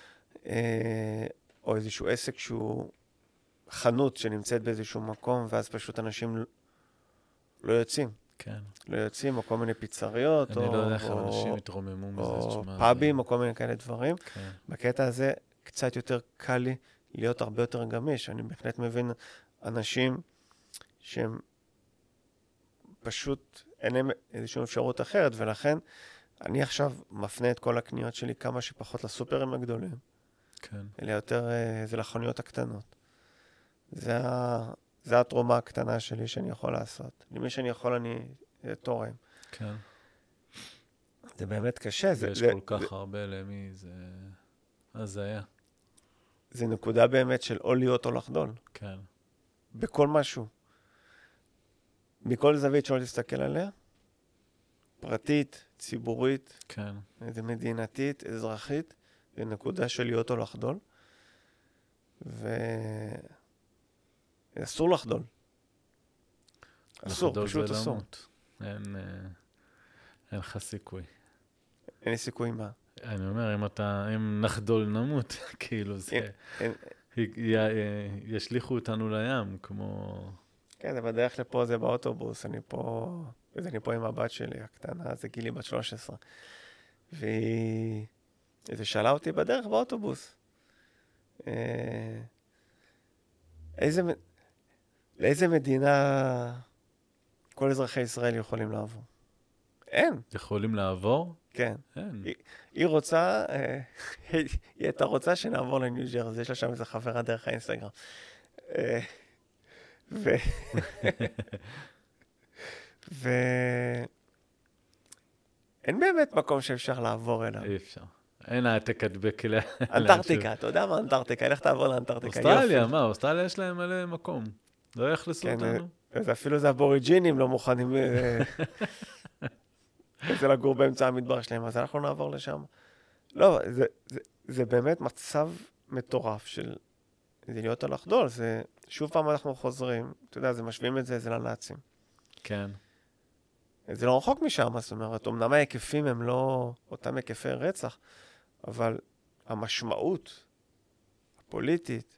או איזשהו עסק שהוא חנות שנמצאת באיזשהו מקום, ואז פשוט אנשים לא יוצאים. כן. לא יוצאים, או כל מיני פיצריות, אני או, לא יודע איך או, אנשים יתרוממו מזה. או פאבים, או כל מיני כאלה דברים. כן. בקטע הזה קצת יותר קל לי להיות הרבה יותר גמיש. אני בהחלט מבין אנשים שהם פשוט אין להם איזושהי אפשרות אחרת, ולכן אני עכשיו מפנה את כל הקניות שלי כמה שפחות לסופרים הגדולים. כן. אלא יותר, זה לחנויות הקטנות. זה, ה, זה התרומה הקטנה שלי שאני יכול לעשות. למי שאני יכול, אני תורם. כן. זה באמת קשה. זה, ויש זה, כל כך זה, הרבה למי, זה... אז זה היה. זה נקודה באמת של או להיות או לחדול. כן. בכל משהו. מכל זווית שלא תסתכל עליה, פרטית, ציבורית, כן. זה מדינתית, אזרחית, זה נקודה של להיות או לחדול. ואסור לחדול. אסור, פשוט אסור. אין, אין לך סיכוי. אין לי סיכוי מה? אני אומר, אם אתה, אם נחדול נמות, כאילו זה, אין, ישליחו אותנו לים, כמו... כן, זה בדרך לפה, זה באוטובוס, אני פה, אני פה עם הבת שלי, הקטנה, זה גילי בת שלוש עשרה. והיא, זה שאלה אותי בדרך באוטובוס. איזה, לאיזה מדינה כל אזרחי ישראל יכולים לעבור? אין. יכולים לעבור? כן. אין. היא, היא רוצה, היא הייתה רוצה שנעבור לניו ג'רזי, יש לה שם איזה חברה דרך האינסטגרם. ו... ו... אין באמת מקום שאפשר לעבור אליו. אי אפשר. אין העתק הדבק אליה. אנטארקטיקה, אתה יודע מה אנטארקטיקה? איך תעבור לאנטארקטיקה? אוסטרליה, מה? אוסטרליה יש להם מלא מקום. לא יחלסו אותנו. אפילו זה אבוריג'ינים לא מוכנים זה לגור באמצע המדבר שלהם, אז אנחנו נעבור לשם. לא, זה באמת מצב מטורף של להיות על לחדול. זה, שוב פעם אנחנו חוזרים, אתה יודע, זה משווים את זה, זה לנאצים. כן. זה לא רחוק משם, זאת אומרת, אמנם ההיקפים הם לא אותם היקפי רצח, אבל המשמעות הפוליטית,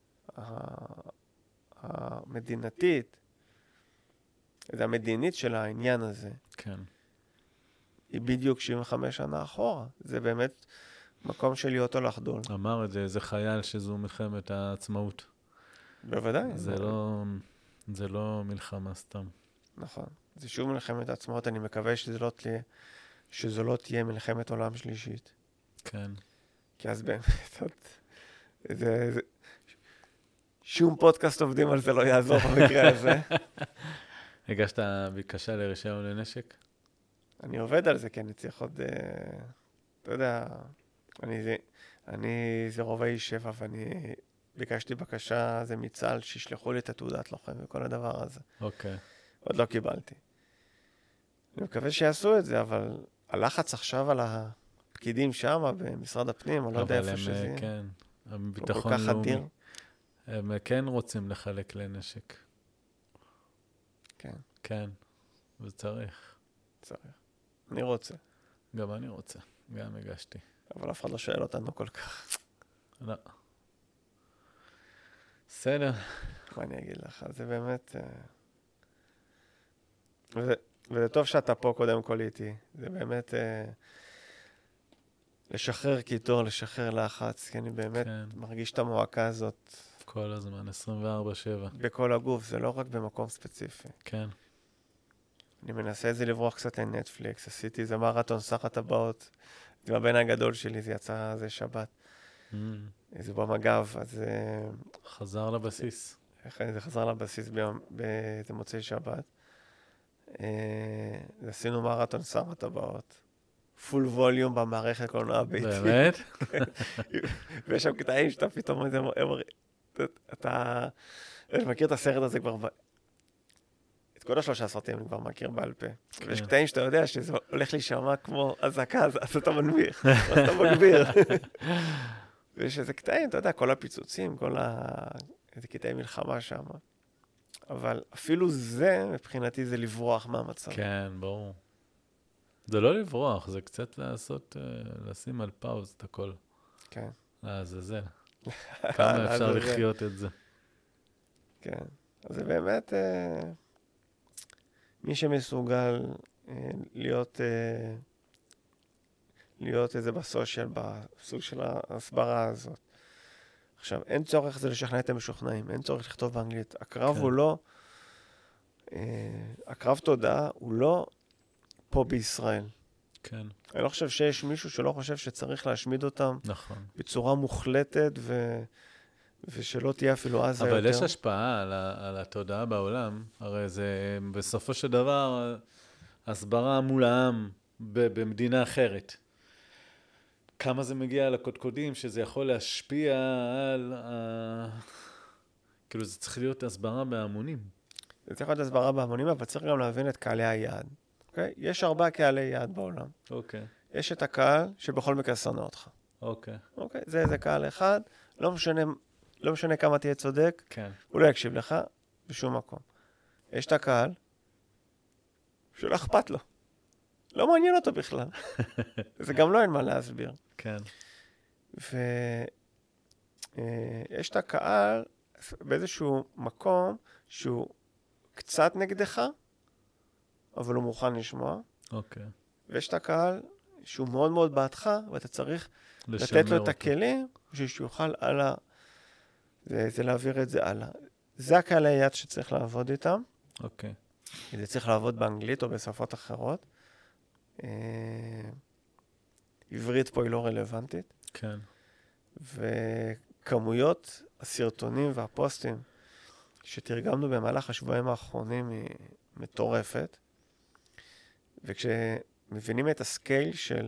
המדינתית, המדינית של העניין הזה, כן. היא בדיוק שבעים וחמש שנה אחורה. זה באמת מקום של להיות או לחדול. אמר את זה, זה חייל שזו מלחמת העצמאות. בוודאי. זה לא, זה לא מלחמה סתם. נכון. זה שוב מלחמת העצמאות. אני מקווה שזה לא תהיה, שזו לא תהיה מלחמת עולם שלישית. כן. כי אז באמת, זה, זה, שום פודקאסט עובדים על זה לא יעזור במקרה הזה. הגשת בקשה לרישיון לנשק? אני עובד על זה, כי אני צריך עוד, אתה יודע, אני זה, אני זה רובעי שבע, ואני ביקשתי בקשה, זה מצה"ל, שישלחו לי את התעודת לוחם וכל הדבר הזה. אוקיי. עוד לא קיבלתי. אני מקווה שיעשו את זה, אבל הלחץ עכשיו על הפקידים שם, במשרד הפנים, אני לא יודע איפה שזה יהיה. אבל הם, כן, הביטחון לאומי. הוא כל כך אדיר. הם כן רוצים לחלק לנשק. כן. כן, וצריך. צריך. אני רוצה. גם אני רוצה, גם הגשתי. אבל אף אחד לא שואל אותנו כל כך. לא. בסדר. מה אני אגיד לך? זה באמת... וזה, וזה טוב שאתה פה קודם כל איתי. זה באמת לשחרר קיטור, לשחרר לחץ, כי אני באמת כן. מרגיש את המועקה הזאת. כל הזמן, עשרים וארבע שבע. בכל הגוף, זה לא רק במקום ספציפי. כן. אני מנסה את זה לברוח קצת לנטפליקס, עשיתי איזה מרתון סך הטבעות, עם הבן הגדול שלי, זה יצא זה שבת. Mm. זה במג"ב, אז... חזר לבסיס. זה חזר לבסיס ביום, באיזה מוצאי שבת. עשינו מרתון סך הטבעות. פול ווליום במערכת קולנוע ביתית. באמת? ויש שם קטעים שאתה פתאום... אתה... אני מכיר את הסרט הזה כבר... את כל השלושה סרטים אני כבר מכיר בעל פה. ויש קטעים שאתה יודע שזה הולך להישמע כמו אזעקה, אז אתה מנמיך, אז אתה מגביר. ויש איזה קטעים, אתה יודע, כל הפיצוצים, כל ה... איזה קטעי מלחמה שם. אבל אפילו זה, מבחינתי, זה לברוח מהמצב. כן, ברור. זה לא לברוח, זה קצת לעשות, לשים על פאוז את הכל. כן. לעזאזל. כמה אפשר לחיות את זה. כן. אז זה באמת... מי שמסוגל להיות, להיות איזה בסושיאל, בסוג של ההסברה הזאת. עכשיו, אין צורך זה לשכנע את המשוכנעים, אין צורך לכתוב באנגלית. הקרב הוא לא, הקרב תודעה הוא לא פה בישראל. כן. אני לא חושב שיש מישהו שלא חושב שצריך להשמיד אותם. נכון. בצורה מוחלטת ו... ושלא תהיה אפילו עזה יותר. אבל יש השפעה על, ה, על התודעה בעולם, הרי זה בסופו של דבר הסברה מול העם במדינה אחרת. כמה זה מגיע לקודקודים, שזה יכול להשפיע על... ה... כאילו זה צריך להיות הסברה בהמונים. זה צריך להיות הסברה בהמונים, אבל צריך גם להבין את קהלי היעד. אוקיי? יש ארבע קהלי יעד בעולם. אוקיי. יש את הקהל שבכל מקרה שונא אותך. אוקיי. אוקיי? זה, זה קהל אחד, לא משנה... לא משנה כמה תהיה צודק, כן. הוא לא יקשיב לך בשום מקום. יש את הקהל שלא אכפת לו. לא מעניין אותו בכלל. זה גם לא אין מה להסביר. כן. ויש את הקהל באיזשהו מקום שהוא קצת נגדך, אבל הוא מוכן לשמוע. אוקיי. ויש את הקהל שהוא מאוד מאוד בעדך, ואתה צריך לתת לו את הכלים, שיוכל על ה... זה, זה להעביר את זה הלאה. זה הקהל היעד שצריך לעבוד איתם. אוקיי. זה צריך לעבוד באנגלית או בשפות אחרות. עברית פה היא לא רלוונטית. כן. וכמויות הסרטונים והפוסטים שתרגמנו במהלך השבועיים האחרונים היא מטורפת. וכשמבינים את הסקייל של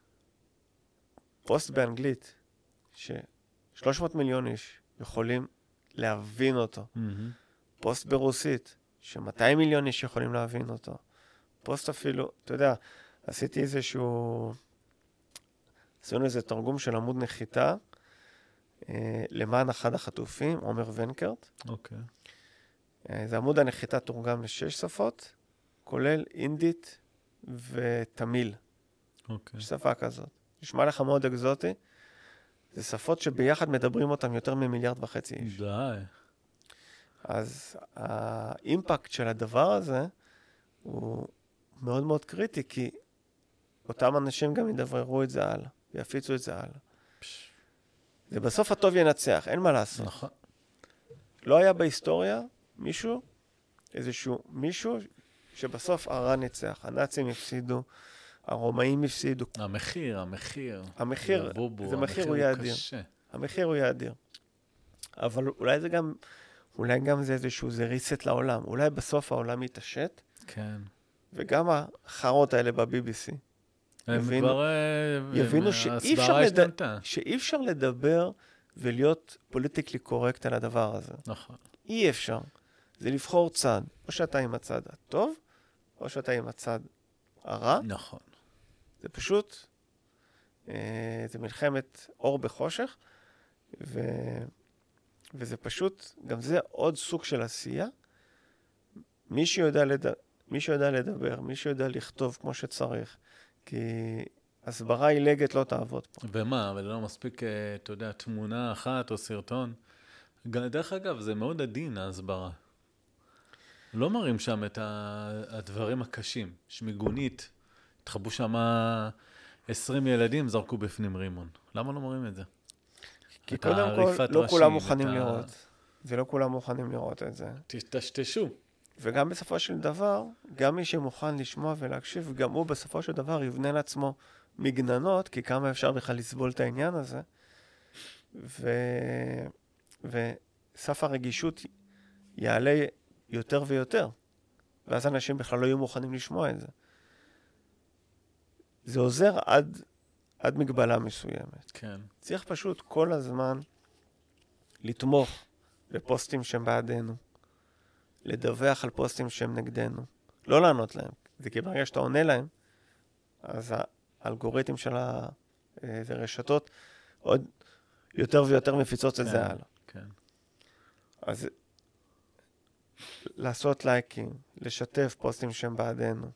פוסט באנגלית, ש-שלוש מאות מיליון איש יכולים להבין אותו. Mm-hmm. פוסט ברוסית, ש-מאתיים מיליון איש יכולים להבין אותו. פוסט אפילו, אתה יודע, עשיתי איזשהו... עשינו איזה תרגום של עמוד נחיתה, אה, למען אחד החטופים, עומר ונקרט. אוקיי. אה, זה עמוד הנחיתה תורגם לשש שפות, כולל אינדית ותמיל. אוקיי. יש שפה כזאת. נשמע לך מאוד אקזוטי. זה שפות שביחד מדברים אותם יותר ממיליארד וחצי איש. די. אז האימפקט של הדבר הזה הוא מאוד מאוד קריטי, כי אותם אנשים גם ידבררו את זה הלאה, ויפיצו את זה הלאה. זה בסוף הטוב ינצח, אין מה לעשות. נכון. לא היה בהיסטוריה מישהו, איזשהו מישהו, שבסוף הרע ניצח. הנאצים הפסידו, הרומאים הפסידו. המחיר, המחיר. המחיר, זה מחיר הוא יאדיר. המחיר הוא יאדיר. אבל אולי זה גם, אולי גם זה איזשהו, זה ריסט לעולם. אולי בסוף העולם יתעשת. כן. וגם החרות האלה בבי בי סי. הם יבינו, כבר... יבינו שאי אפשר, לד... שאי אפשר לדבר ולהיות פוליטיקלי קורקט על הדבר הזה. נכון. אי אפשר. זה לבחור צד. או שאתה עם הצד הטוב, או שאתה עם הצד הרע. נכון. זה פשוט, אה, זה מלחמת אור בחושך, ו... וזה פשוט, גם זה עוד סוג של עשייה. מי שיודע, לד... מי שיודע לדבר, מי שיודע לכתוב כמו שצריך, כי הסברה עילגת לא תעבוד פה. ומה, אבל לא מספיק, אתה יודע, תמונה אחת או סרטון. דרך אגב, זה מאוד עדין, ההסברה. לא מראים שם את הדברים הקשים. שמיגונית, התחבאו שם עשרים ילדים, זרקו בפנים רימון. למה לא מראים את זה? כי קודם כל, לא כולם מוכנים לראות. זה לא כולם מוכנים לראות את זה. תשתשו. וגם בסופו של דבר, גם מי שמוכן לשמוע ולהקשיב, גם הוא בסופו של דבר יבנה לעצמו מגננות, כי כמה אפשר בכלל לסבול את העניין הזה. ו... וסף הרגישות יעלה יותר ויותר. ואז אנשים בכלל לא יהיו מוכנים לשמוע את זה. זה עוזר עד, עד מגבלה מסוימת. כן. צריך פשוט כל הזמן לתמוך בפוסטים שהם בעדנו. לדווח על פוסטים שהם נגדנו. לא לענות להם. זה כי ברגע שאתה עונה להם, אז האלגוריתם של הרשתות עוד יותר ויותר מפיצות את זה הלאה. כן. אז לעשות לייקים, לשתף פוסטים שהם בעדנו.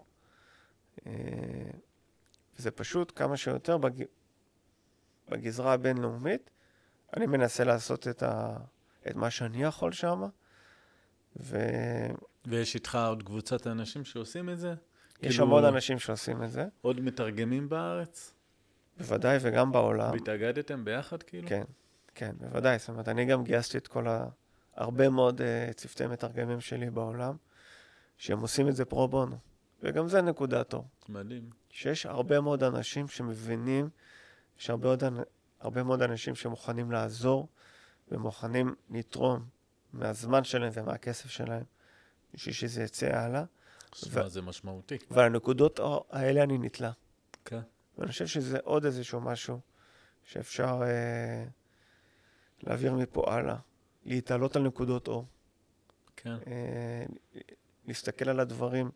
זה פשוט כמה שיותר בג... בגזרה הבינלאומית. אני מנסה לעשות את, ה... את מה שאני יכול שם. ו... ויש איתך עוד קבוצת אנשים שעושים את זה? יש כאילו... המון אנשים שעושים את זה. עוד מתרגמים בארץ? בוודאי, וגם בעולם. והתאגדתם ביחד כאילו? כן, כן, בוודאי. זאת אומרת, אני גם גייסתי את כל ה... הרבה מאוד uh, צוותי מתרגמים שלי בעולם, שהם עושים את זה פרו בונו. וגם זה נקודת אור. מדהים. שיש הרבה מאוד אנשים שמבינים, יש הרבה, עוד, הרבה מאוד אנשים שמוכנים לעזור, ומוכנים לתרום מהזמן שלהם ומהכסף שלהם, בשביל שזה יצא הלאה. שמה ו... זה משמעותי. ועל הנקודות האלה אני נתלה. כן. ואני חושב שזה עוד איזשהו משהו שאפשר אה, להעביר מפה הלאה. להתעלות על נקודות אור. כן. אה, להסתכל על הדברים.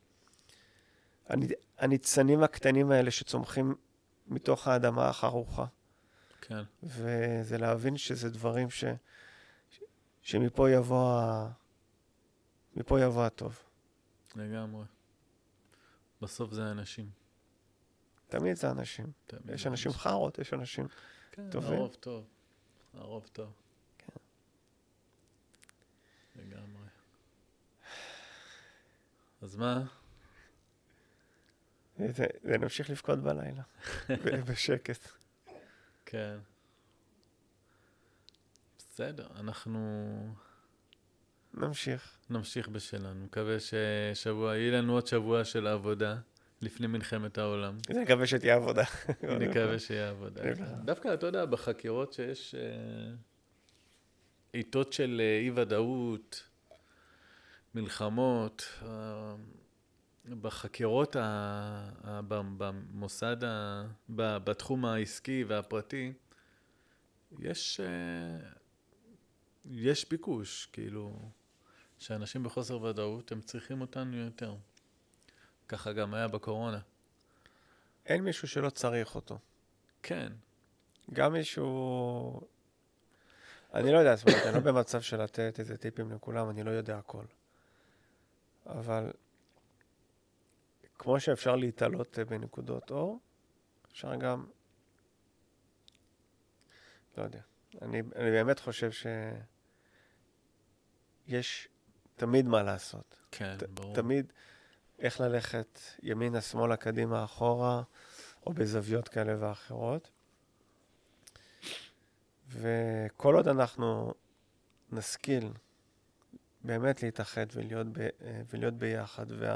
הניצנים הקטנים האלה שצומחים מתוך האדמה החרוכה. כן. וזה להבין שזה דברים ש... שמפה יבוא ה... מפה יבוא הטוב. לגמרי. בסוף זה אנשים. תמיד זה אנשים. תמיד יש זה אנשים אנשים. חרות, יש אנשים כן, טובים. הרוב טוב. הרוב טוב. כן. לגמרי. אז מה? זה, זה נמשיך לפקוד בלילה. בשקט. כן. בסדר, אנחנו... נמשיך. נמשיך בשלנו. מקווה ששבוע, יהיה לנו עוד שבוע של עבודה לפני מלחמת העולם. אני מקווה שתהיה עבודה. נקווה שיהיה עבודה. דווקא, אתה יודע, בחקירות שיש עיתות של אי-ודאות, מלחמות, בחקירות במוסד, בתחום העסקי והפרטי, יש, יש ביקוש, כאילו, שאנשים בחוסר ודאות, הם צריכים אותנו יותר. ככה גם היה בקורונה. אין מישהו שלא צריך אותו. כן. גם מישהו... אני לא יודע, זאת אומרת, אני לא במצב של לתת איזה טיפים לכולם, אני לא יודע הכל. אבל כמו שאפשר להתעלות בנקודות אור, אפשר גם... לא יודע. אני, אני באמת חושב שיש תמיד מה לעשות. כן, ברור. תמיד איך ללכת ימינה, שמאלה, קדימה, אחורה, או בזוויות כאלה ואחרות. וכל עוד אנחנו נשכיל באמת להתאחד ולהיות, ב, ולהיות ביחד, וה,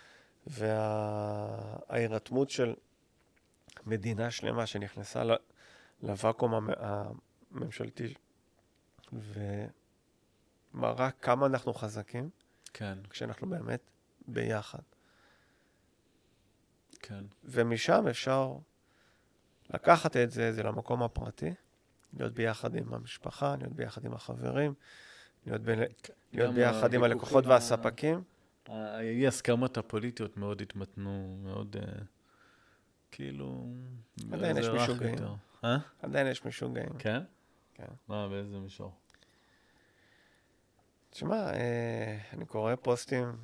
וההירתמות של מדינה שלמה שנכנסה לוואקום הממשלתי, ומראה כמה אנחנו חזקים, כן. כשאנחנו באמת ביחד. כן. ומשם אפשר לקחת את זה, זה למקום הפרטי, להיות ביחד עם המשפחה, להיות ביחד עם החברים, להיות, ב... להיות ביחד עם הלקוחות והספקים. האי הסכמות הפוליטיות מאוד התמתנו, מאוד כאילו... עדיין יש משוגעים. אה? עדיין יש משוגעים. כן? כן. מה, באיזה מישור? תשמע, אני קורא פוסטים,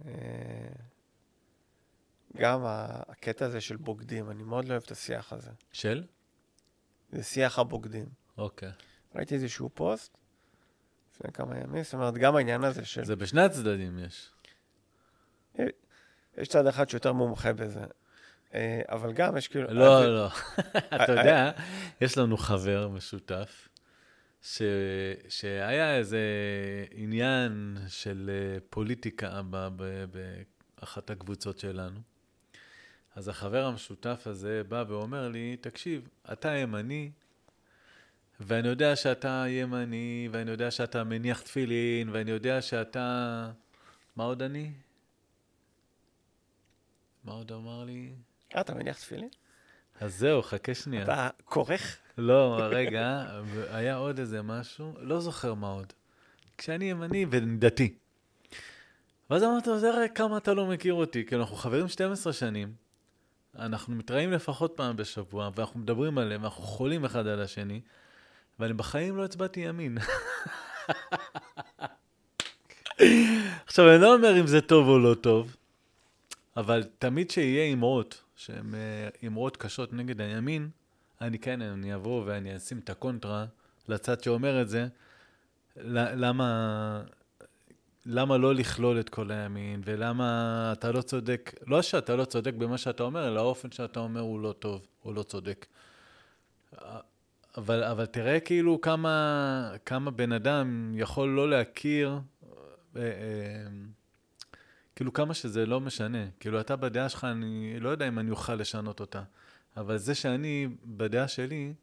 גם הקטע הזה של בוגדים, אני מאוד לא אוהב את השיח הזה. של? זה שיח הבוגדים. אוקיי. ראיתי איזשהו פוסט, לפני כמה ימים, זאת אומרת, גם העניין הזה של... זה בשני הצדדים יש. יש צד אחד שיותר מומחה בזה, אבל גם יש כאילו... לא, לא. אתה יודע, יש לנו חבר משותף, שהיה איזה עניין של פוליטיקה באחת הקבוצות שלנו. אז החבר המשותף הזה בא ואומר לי, תקשיב, אתה ימני, ואני יודע שאתה ימני, ואני יודע שאתה מניח תפילין, ואני יודע שאתה... מה עוד אני? מה עוד אמר לי? אה, אתה מניח תפילין? אז זהו, חכה שנייה. אתה כורך? לא, רגע, היה עוד איזה משהו, לא זוכר מה עוד. כשאני ימני ודתי. ואז אמרת, זה הרי כמה אתה לא מכיר אותי, כי אנחנו חברים שתים עשרה שנים, אנחנו מתראים לפחות פעם בשבוע, ואנחנו מדברים עליהם, ואנחנו חולים אחד על השני, ואני בחיים לא הצבעתי ימין. עכשיו, אני לא אומר אם זה טוב או לא טוב, אבל תמיד שיהיה אמרות, שהן אמרות קשות נגד הימין, אני כן, אני אבוא ואני אשים את הקונטרה לצד שאומר את זה, למה, למה לא לכלול את כל הימין, ולמה אתה לא צודק, לא שאתה לא צודק במה שאתה אומר, אלא האופן שאתה אומר הוא לא טוב, הוא לא צודק. אבל, אבל תראה כאילו כמה, כמה בן אדם יכול לא להכיר, אה, אה, כאילו כמה שזה לא משנה. כאילו אתה בדעה שלך, אני לא יודע אם אני אוכל לשנות אותה. אבל זה שאני בדעה שלי,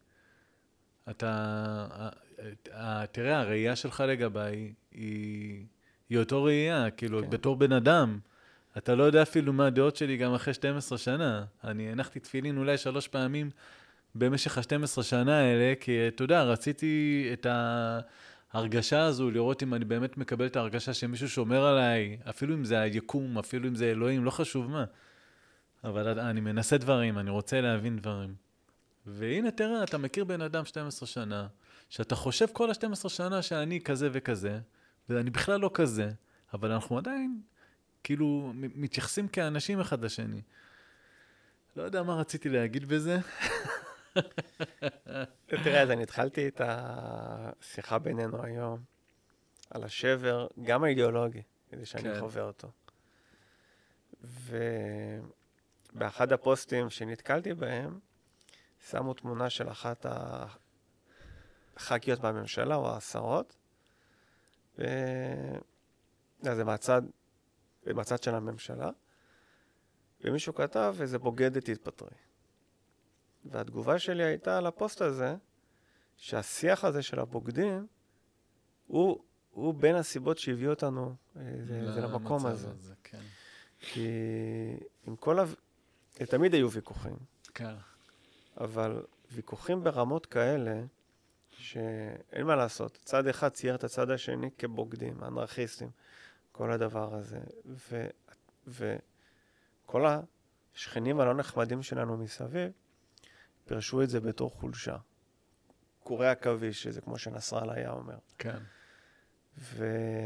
אתה, תראה, הראייה שלך לגבי היא, היא, היא אותו ראייה, כאילו כן. בתור בן אדם. אתה לא יודע אפילו מה הדעות שלי גם אחרי שתים עשרה שנה. אני הנחתי תפילין אולי שלוש פעמים במשך ה-שתים עשרה שנה האלה, כי אתה יודע, רציתי את ההרגשה הזו, לראות אם אני באמת מקבל את ההרגשה שמישהו שומר עליי, אפילו אם זה היקום, אפילו אם זה אלוהים, לא חשוב מה. אבל אני מנסה דברים, אני רוצה להבין דברים. והנה תראה, אתה מכיר בן אדם שתים עשרה שנה, שאתה חושב כל ה-שתים עשרה שנה שאני כזה וכזה, ואני בכלל לא כזה, אבל אנחנו עדיין כאילו מתייחסים כאנשים אחד לשני. לא יודע מה רציתי להגיד בזה. תראה, אז אני התחלתי את השיחה בינינו היום על השבר, גם האידיאולוגי, כדי שאני חווה אותו. ובאחד הפוסטים שנתקלתי בהם, שמו תמונה של אחת הח"כיות בממשלה, או השרות, וזה מהצד, מהצד של הממשלה, ומישהו כתב, איזה בוגדת תתפטרי. והתגובה שלי הייתה על הפוסט הזה, שהשיח הזה של הבוגדים, הוא, הוא בין הסיבות שהביאו אותנו זה, זה למקום הזה. הזה כן. כי עם כל ה... תמיד היו ויכוחים. כן. אבל ויכוחים ברמות כאלה, שאין מה לעשות. צד אחד צייר את הצד השני כבוגדים, אנרכיסטים, כל הדבר הזה. ו... וכל השכנים הלא נחמדים שלנו מסביב, פרשו את זה בתור חולשה. קורי עכביש, שזה כמו שנסראללה היה אומר. כן. ו...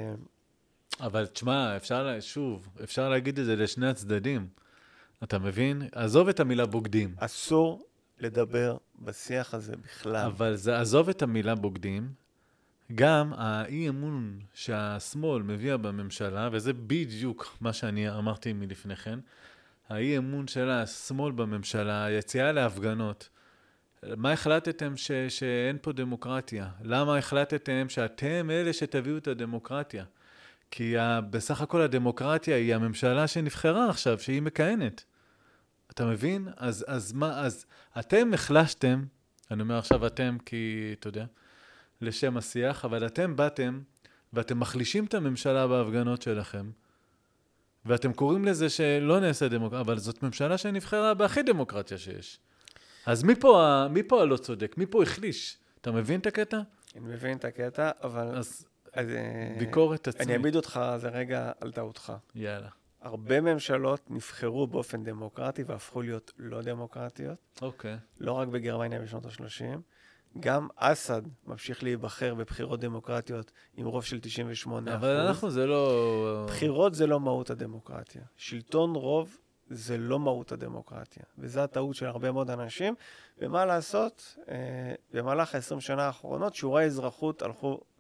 אבל תשמע, אפשר, שוב, אפשר להגיד את זה לשני הצדדים. אתה מבין? עזוב את המילה בוגדים. אסור לדבר בשיח הזה בכלל. אבל זה, עזוב את המילה בוגדים, גם האי אמון שהשמאל מביא בממשלה, וזה בדיוק מה שאני אמרתי מלפני כן, האי אמון של השמאל בממשלה, היציאה להפגנות. מה החלטתם ש, שאין פה דמוקרטיה? למה החלטתם שאתם אלה שתביאו את הדמוקרטיה? כי בסך הכל הדמוקרטיה היא הממשלה שנבחרה עכשיו, שהיא מכהנת. אתה מבין? אז, אז מה, אז אתם החלשתם, אני אומר עכשיו אתם כי, אתה יודע, לשם השיח, אבל אתם באתם ואתם מחלישים את הממשלה בהפגנות שלכם, ואתם קוראים לזה שלא נעשה דמוקרטיה, אבל זאת ממשלה שנבחרה בהכי דמוקרטיה שיש. אז מי פה, מי פה הלא צודק? מי פה החליש? אתה מבין את הקטע? אני מבין את הקטע, אבל... אז, אז ביקורת עצמית. אני אעמיד אותך זה רגע על טעותך. יאללה. הרבה ממשלות נבחרו באופן דמוקרטי והפכו להיות לא דמוקרטיות. אוקיי. לא רק בגרמניה בשנות ה-שלושים. גם אסד ממשיך להיבחר בבחירות דמוקרטיות עם רוב של תשעים ושמונה אחוז. אבל אנחנו זה לא... בחירות זה לא מהות הדמוקרטיה. שלטון רוב זה לא מהות הדמוקרטיה. וזו הטעות של הרבה מאוד אנשים. ומה לעשות? במהלך ה-עשרים שנה האחרונות, שיעורי האזרחות הלכו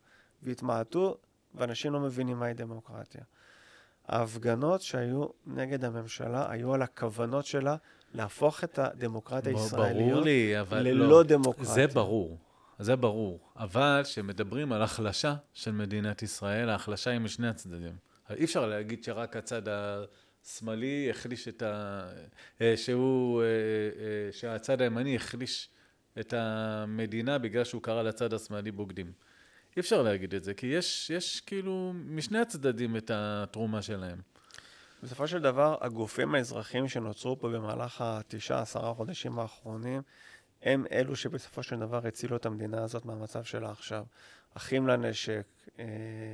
והתמעטו, ואנשים לא מבינים מהי דמוקרטיה. ההפגנות שהיו נגד הממשלה היו על הכוונות שלה להפוך את הדמוקרטיה הישראליות ברור לי, אבל ללא לא. דמוקרטיה. זה ברור, זה ברור. אבל שמדברים על החלשה של מדינת ישראל, ההחלשה היא משני הצדדים. אי אפשר להגיד שרק הצד השמאלי החליש את ה... שהוא... שהצד הימני החליש את המדינה בגלל שהוא קרא לצד השמאלי בוגדים. אי אפשר להגיד את זה, כי יש, יש כאילו משני הצדדים את התרומה שלהם. בסופו של דבר, הגופים האזרחיים שנוצרו פה במהלך התשעה, עשרה חודשים האחרונים, הם אלו שבסופו של דבר הצילו את המדינה הזאת מהמצב שלה עכשיו. אחים לנשק, אה,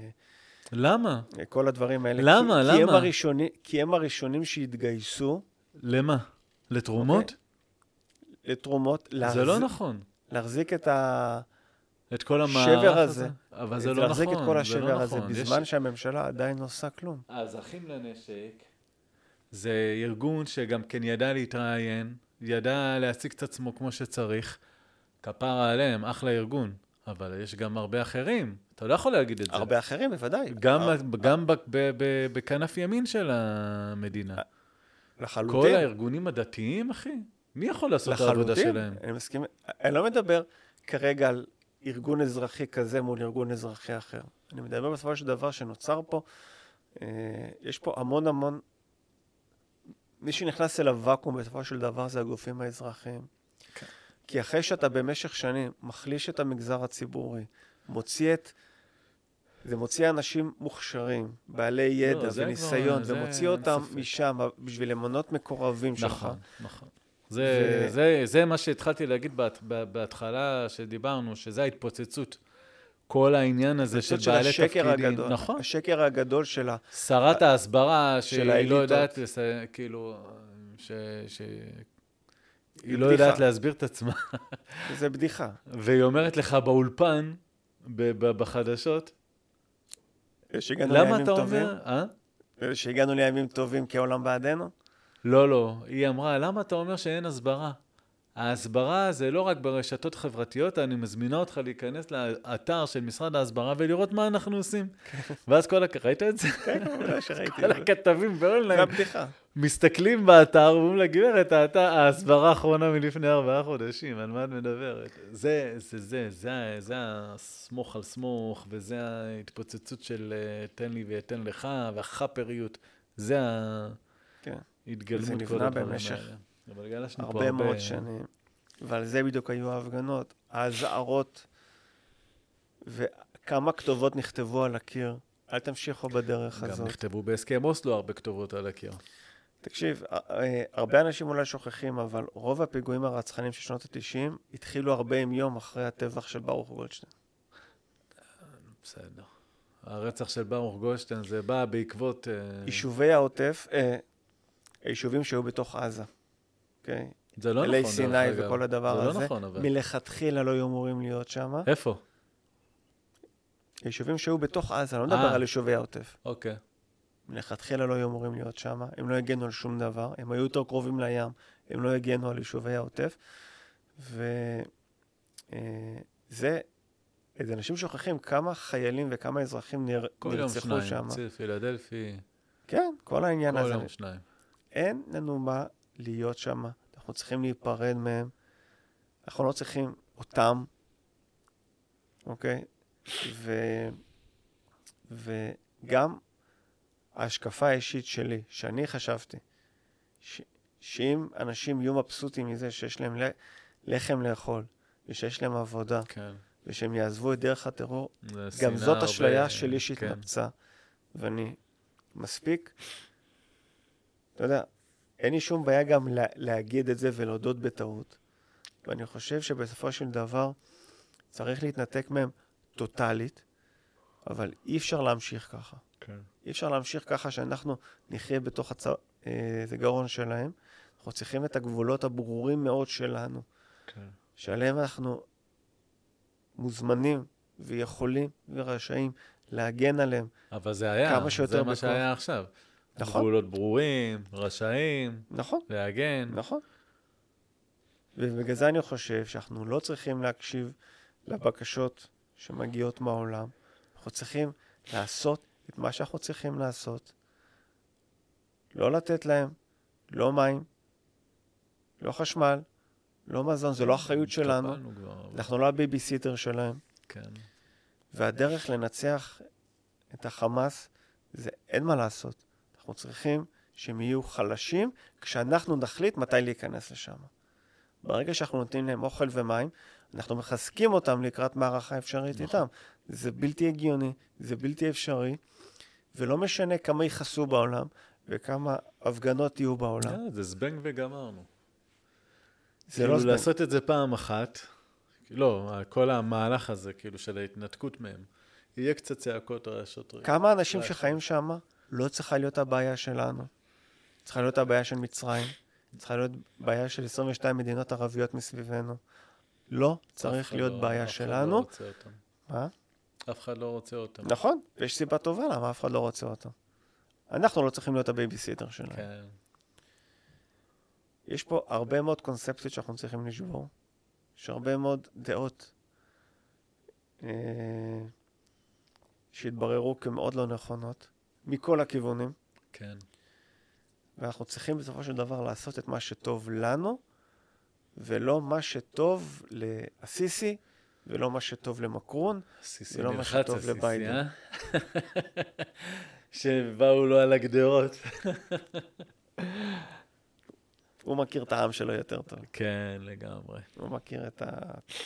למה? כל הדברים האלה. למה? כי, למה? כי הם הראשונים, כי הם הראשונים שהתגייסו. למה? לתרומות? Okay. לתרומות. זה להחזיק, לא נכון. להחזיק את ה... את כל המערך השבר הזה. אבל זה לא נכון. להחזיק את כל השבר לא הזה, נכון. בזמן יש... שהממשלה עדיין לא עושה כלום. אז אחים לנשק, זה ארגון שגם כן ידע להתראיין, ידע להציג את עצמו כמו שצריך, כפרה עליהם, אחלה ארגון, אבל יש גם הרבה אחרים, אתה לא יכול להגיד את זה. הרבה אחרים, בוודאי. גם, גם בכנף ימין של המדינה. לחלוטין. כל הארגונים הדתיים, אחי, מי יכול לעשות את העבודה שלהם? אני מסכים, אני לא מדבר כרגע על ארגון אזרחי כזה מול ארגון אזרחי אחר. אני מדבר בסופו של דבר שנוצר פה, אה, יש פה המון המון, מי שנכנס אל הוואקום בסופו של דבר זה הגופים האזרחיים. כן. כי אחרי שאתה במשך שנים מחליש את המגזר הציבורי, מוציא את, זה מוציא אנשים מוכשרים, בעלי ידע לא, וניסיון, כבר, ומוציא זה אותם ספק. משם בשביל למנות מקורבים שלך. נכון, נכון. זה, ו... זה, זה מה שהתחלתי להגיד בה, בהתחלה שדיברנו, שזה ההתפוצצות. כל העניין הזה של בעלי תפקידים. הגדול, נכון. השקר הגדול שלה. שרת ההסברה, שהיא לא האליטות. יודעת, כאילו, ש... ש... היא לא יודעת להסביר את עצמה. זה בדיחה. והיא אומרת לך באולפן, בחדשות, למה אתה אומר? אה? שהגענו לימים טובים כעולם בעדנו? לא, לא. היא אמרה, למה אתה אומר שאין הסברה? ההסברה זה לא רק ברשתות חברתיות, אני מזמינה אותך להיכנס לאתר של משרד ההסברה ולראות מה אנחנו עושים. ואז כל הכ... ראית את זה? כן, אולי שראיתי. כל הכתבים באונליין. זה הבדיחה. מסתכלים באתר ואומרים לגברת, ההסברה האחרונה מלפני ארבעה חודשים, על מה את מדברת? זה, זה, זה, זה, זה הסמוך על סמוך, וזה ההתפוצצות של תן לי ותן לך, והחפריות. זה ההתגלמות כל הדברים האלה. הרבה מאוד שנים, ועל זה בדיוק היו ההפגנות, ההזערות, וכמה כתובות נכתבו על הקיר. אל תמשיכו בדרך הזאת. גם נכתבו בהסכם אוסלו הרבה כתובות על הקיר. תקשיב, הרבה אנשים אולי שוכחים, אבל רוב הפיגועים הרצחניים של שנות ה-תשעים התחילו ארבעים יום אחרי הטבח של ברוך גולדשטיין. בסדר. הרצח של ברוך גולדשטיין זה בא בעקבות... יישובי העוטף, היישובים שהיו בתוך עזה. אוקיי? זה לא נכון. אלי סיני וכל הדבר הזה. זה לא נכון, אבל. מלכתחילה לא היו אמורים להיות שם. איפה? יישובים שהיו בתוך עזה, לא מדבר על יישובי העוטף. אוקיי. מלכתחילה לא היו אמורים להיות שם, הם לא הגנו על שום דבר, הם היו יותר קרובים לים, הם לא הגנו על יישובי העוטף, וזה, איזה אנשים שוכחים כמה חיילים וכמה אזרחים נר... נרצחו שם. כל יום שניים, ציר פילדלפי. כן, כל העניין כל הזה. יום שניים. אין לנו מה להיות שם, אנחנו צריכים להיפרד מהם, אנחנו לא צריכים אותם, אוקיי? ו... וגם ההשקפה האישית שלי, שאני חשבתי, ש... שאם אנשים יהיו מבסוטים מזה שיש להם לחם לאכול, ושיש להם עבודה, כן. ושהם יעזבו את דרך הטרור, גם זאת אשליה הרבה... שלי שהתנפצה, כן. ואני מספיק, אתה יודע, אין לי שום בעיה גם לה... להגיד את זה ולהודות בטעות, ואני חושב שבסופו של דבר צריך להתנתק מהם טוטלית, אבל אי אפשר להמשיך ככה. כן. אי אפשר להמשיך ככה שאנחנו נחיה בתוך הצ... איזה גרון שלהם. אנחנו צריכים את הגבולות הברורים מאוד שלנו. כן. שעליהם אנחנו מוזמנים ויכולים ורשאים להגן עליהם. אבל זה היה, כמה שיותר זה בכוח. מה שהיה עכשיו. נכון. גבולות ברורים, רשאים, נכון. להגן. נכון. ובגלל זה אני חושב שאנחנו לא צריכים להקשיב לבקשות שמגיעות מהעולם. אנחנו אנחנו צריכים לעשות את מה שאנחנו צריכים לעשות. לא לתת להם, לא מים, לא חשמל, לא מזון, זה לא אחריות שלנו. אנחנו לא הבייביסיטר שלהם. כן. והדרך לנצח את החמאס, זה אין מה לעשות. אנחנו צריכים שהם יהיו חלשים, כשאנחנו נחליט מתי להיכנס לשם. ברגע שאנחנו נותנים להם אוכל ומים, אנחנו מחזקים אותם לקראת מערכה אפשרית איתם. זה בלתי הגיוני, זה בלתי אפשרי, ולא משנה כמה יחסו בעולם, וכמה הפגנות יהיו בעולם. זה זבנג וגמרנו. זה לא כאילו זבנג. לעשות את זה פעם אחת, לא, כל המהלך הזה, כאילו, של ההתנתקות מהם, יהיה קצת צעקות רעשות. כמה אנשים שחיים שם, לא צריכה להיות הבעיה שלנו. צריכה להיות הבעיה של מצרים, צריכה להיות בעיה של עשרים ושתיים מדינות ערביות מסביבנו. לא צריך להיות בעיה שלנו. מה? אף אחד לא רוצה אותם. נכון, ויש סיבה טובה למה אף אחד לא רוצה אותם. אנחנו לא צריכים להיות הבייביסיטר שלהם. כן. יש פה הרבה מאוד קונספציות שאנחנו צריכים לשבור. יש הרבה מאוד דעות אה, שהתבררו כמאוד לא נכונות, מכל הכיוונים. כן. ואנחנו צריכים בסופו של דבר לעשות את מה שטוב לנו, ולא מה שטוב לאסיסי, ולא מה שטוב למקרון, ולא מה שטוב לביידן. שבאו לו על הגדרות. הוא מכיר את העם שלו יותר טוב. כן, לגמרי. הוא מכיר את ה...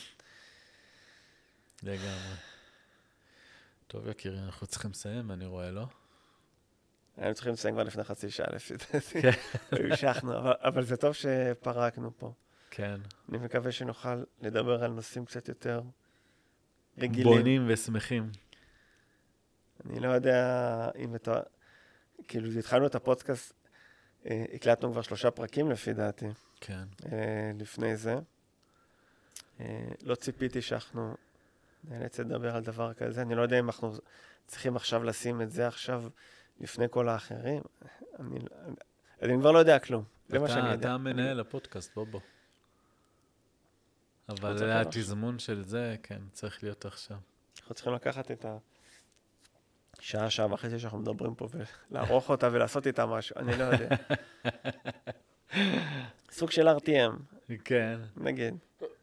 לגמרי. טוב, יקירי, אנחנו צריכים לסיים, אני רואה, לא? היינו צריכים לסיים כבר לפני חצי שעה לפי דעתי. כן. והמשכנו, אבל, אבל זה טוב שפרקנו פה. כן. אני מקווה שנוכל לדבר על נושאים קצת יותר רגילים. בונים ושמחים. אני לא יודע אם אתה... כאילו, התחלנו את הפודקאסט, אה, הקלטנו כבר שלושה פרקים לפי דעתי. כן. אה, לפני זה. אה, לא ציפיתי שאנחנו נאלץ לדבר על דבר כזה. אני לא יודע אם אנחנו צריכים עכשיו לשים את זה עכשיו לפני כל האחרים. אני, אני, אני כבר לא יודע כלום. זה מה שאני יודע. אתה המנהל הפודקאסט, בוא בוא. אבל התזמון של זה, כן, צריך להיות עכשיו. אנחנו צריכים לקחת את השעה, שעה וחצי שאנחנו מדברים פה, ולערוך אותה ולעשות איתה משהו. אני לא יודע. סוג של אר טי אם. כן. נגיד.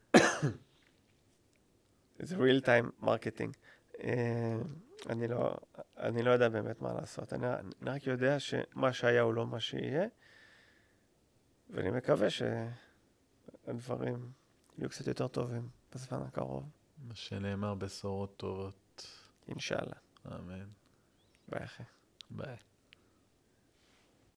זה real time marketing. אני לא, אני לא יודע באמת מה לעשות. אני, אני רק יודע שמה שהיה הוא לא מה שיהיה, ואני מקווה שהדברים יהיו קצת יותר טובים בזמן הקרוב. מה שנאמר בשורות טובות. אינשאללה. אמן. ביי אחי. ביי.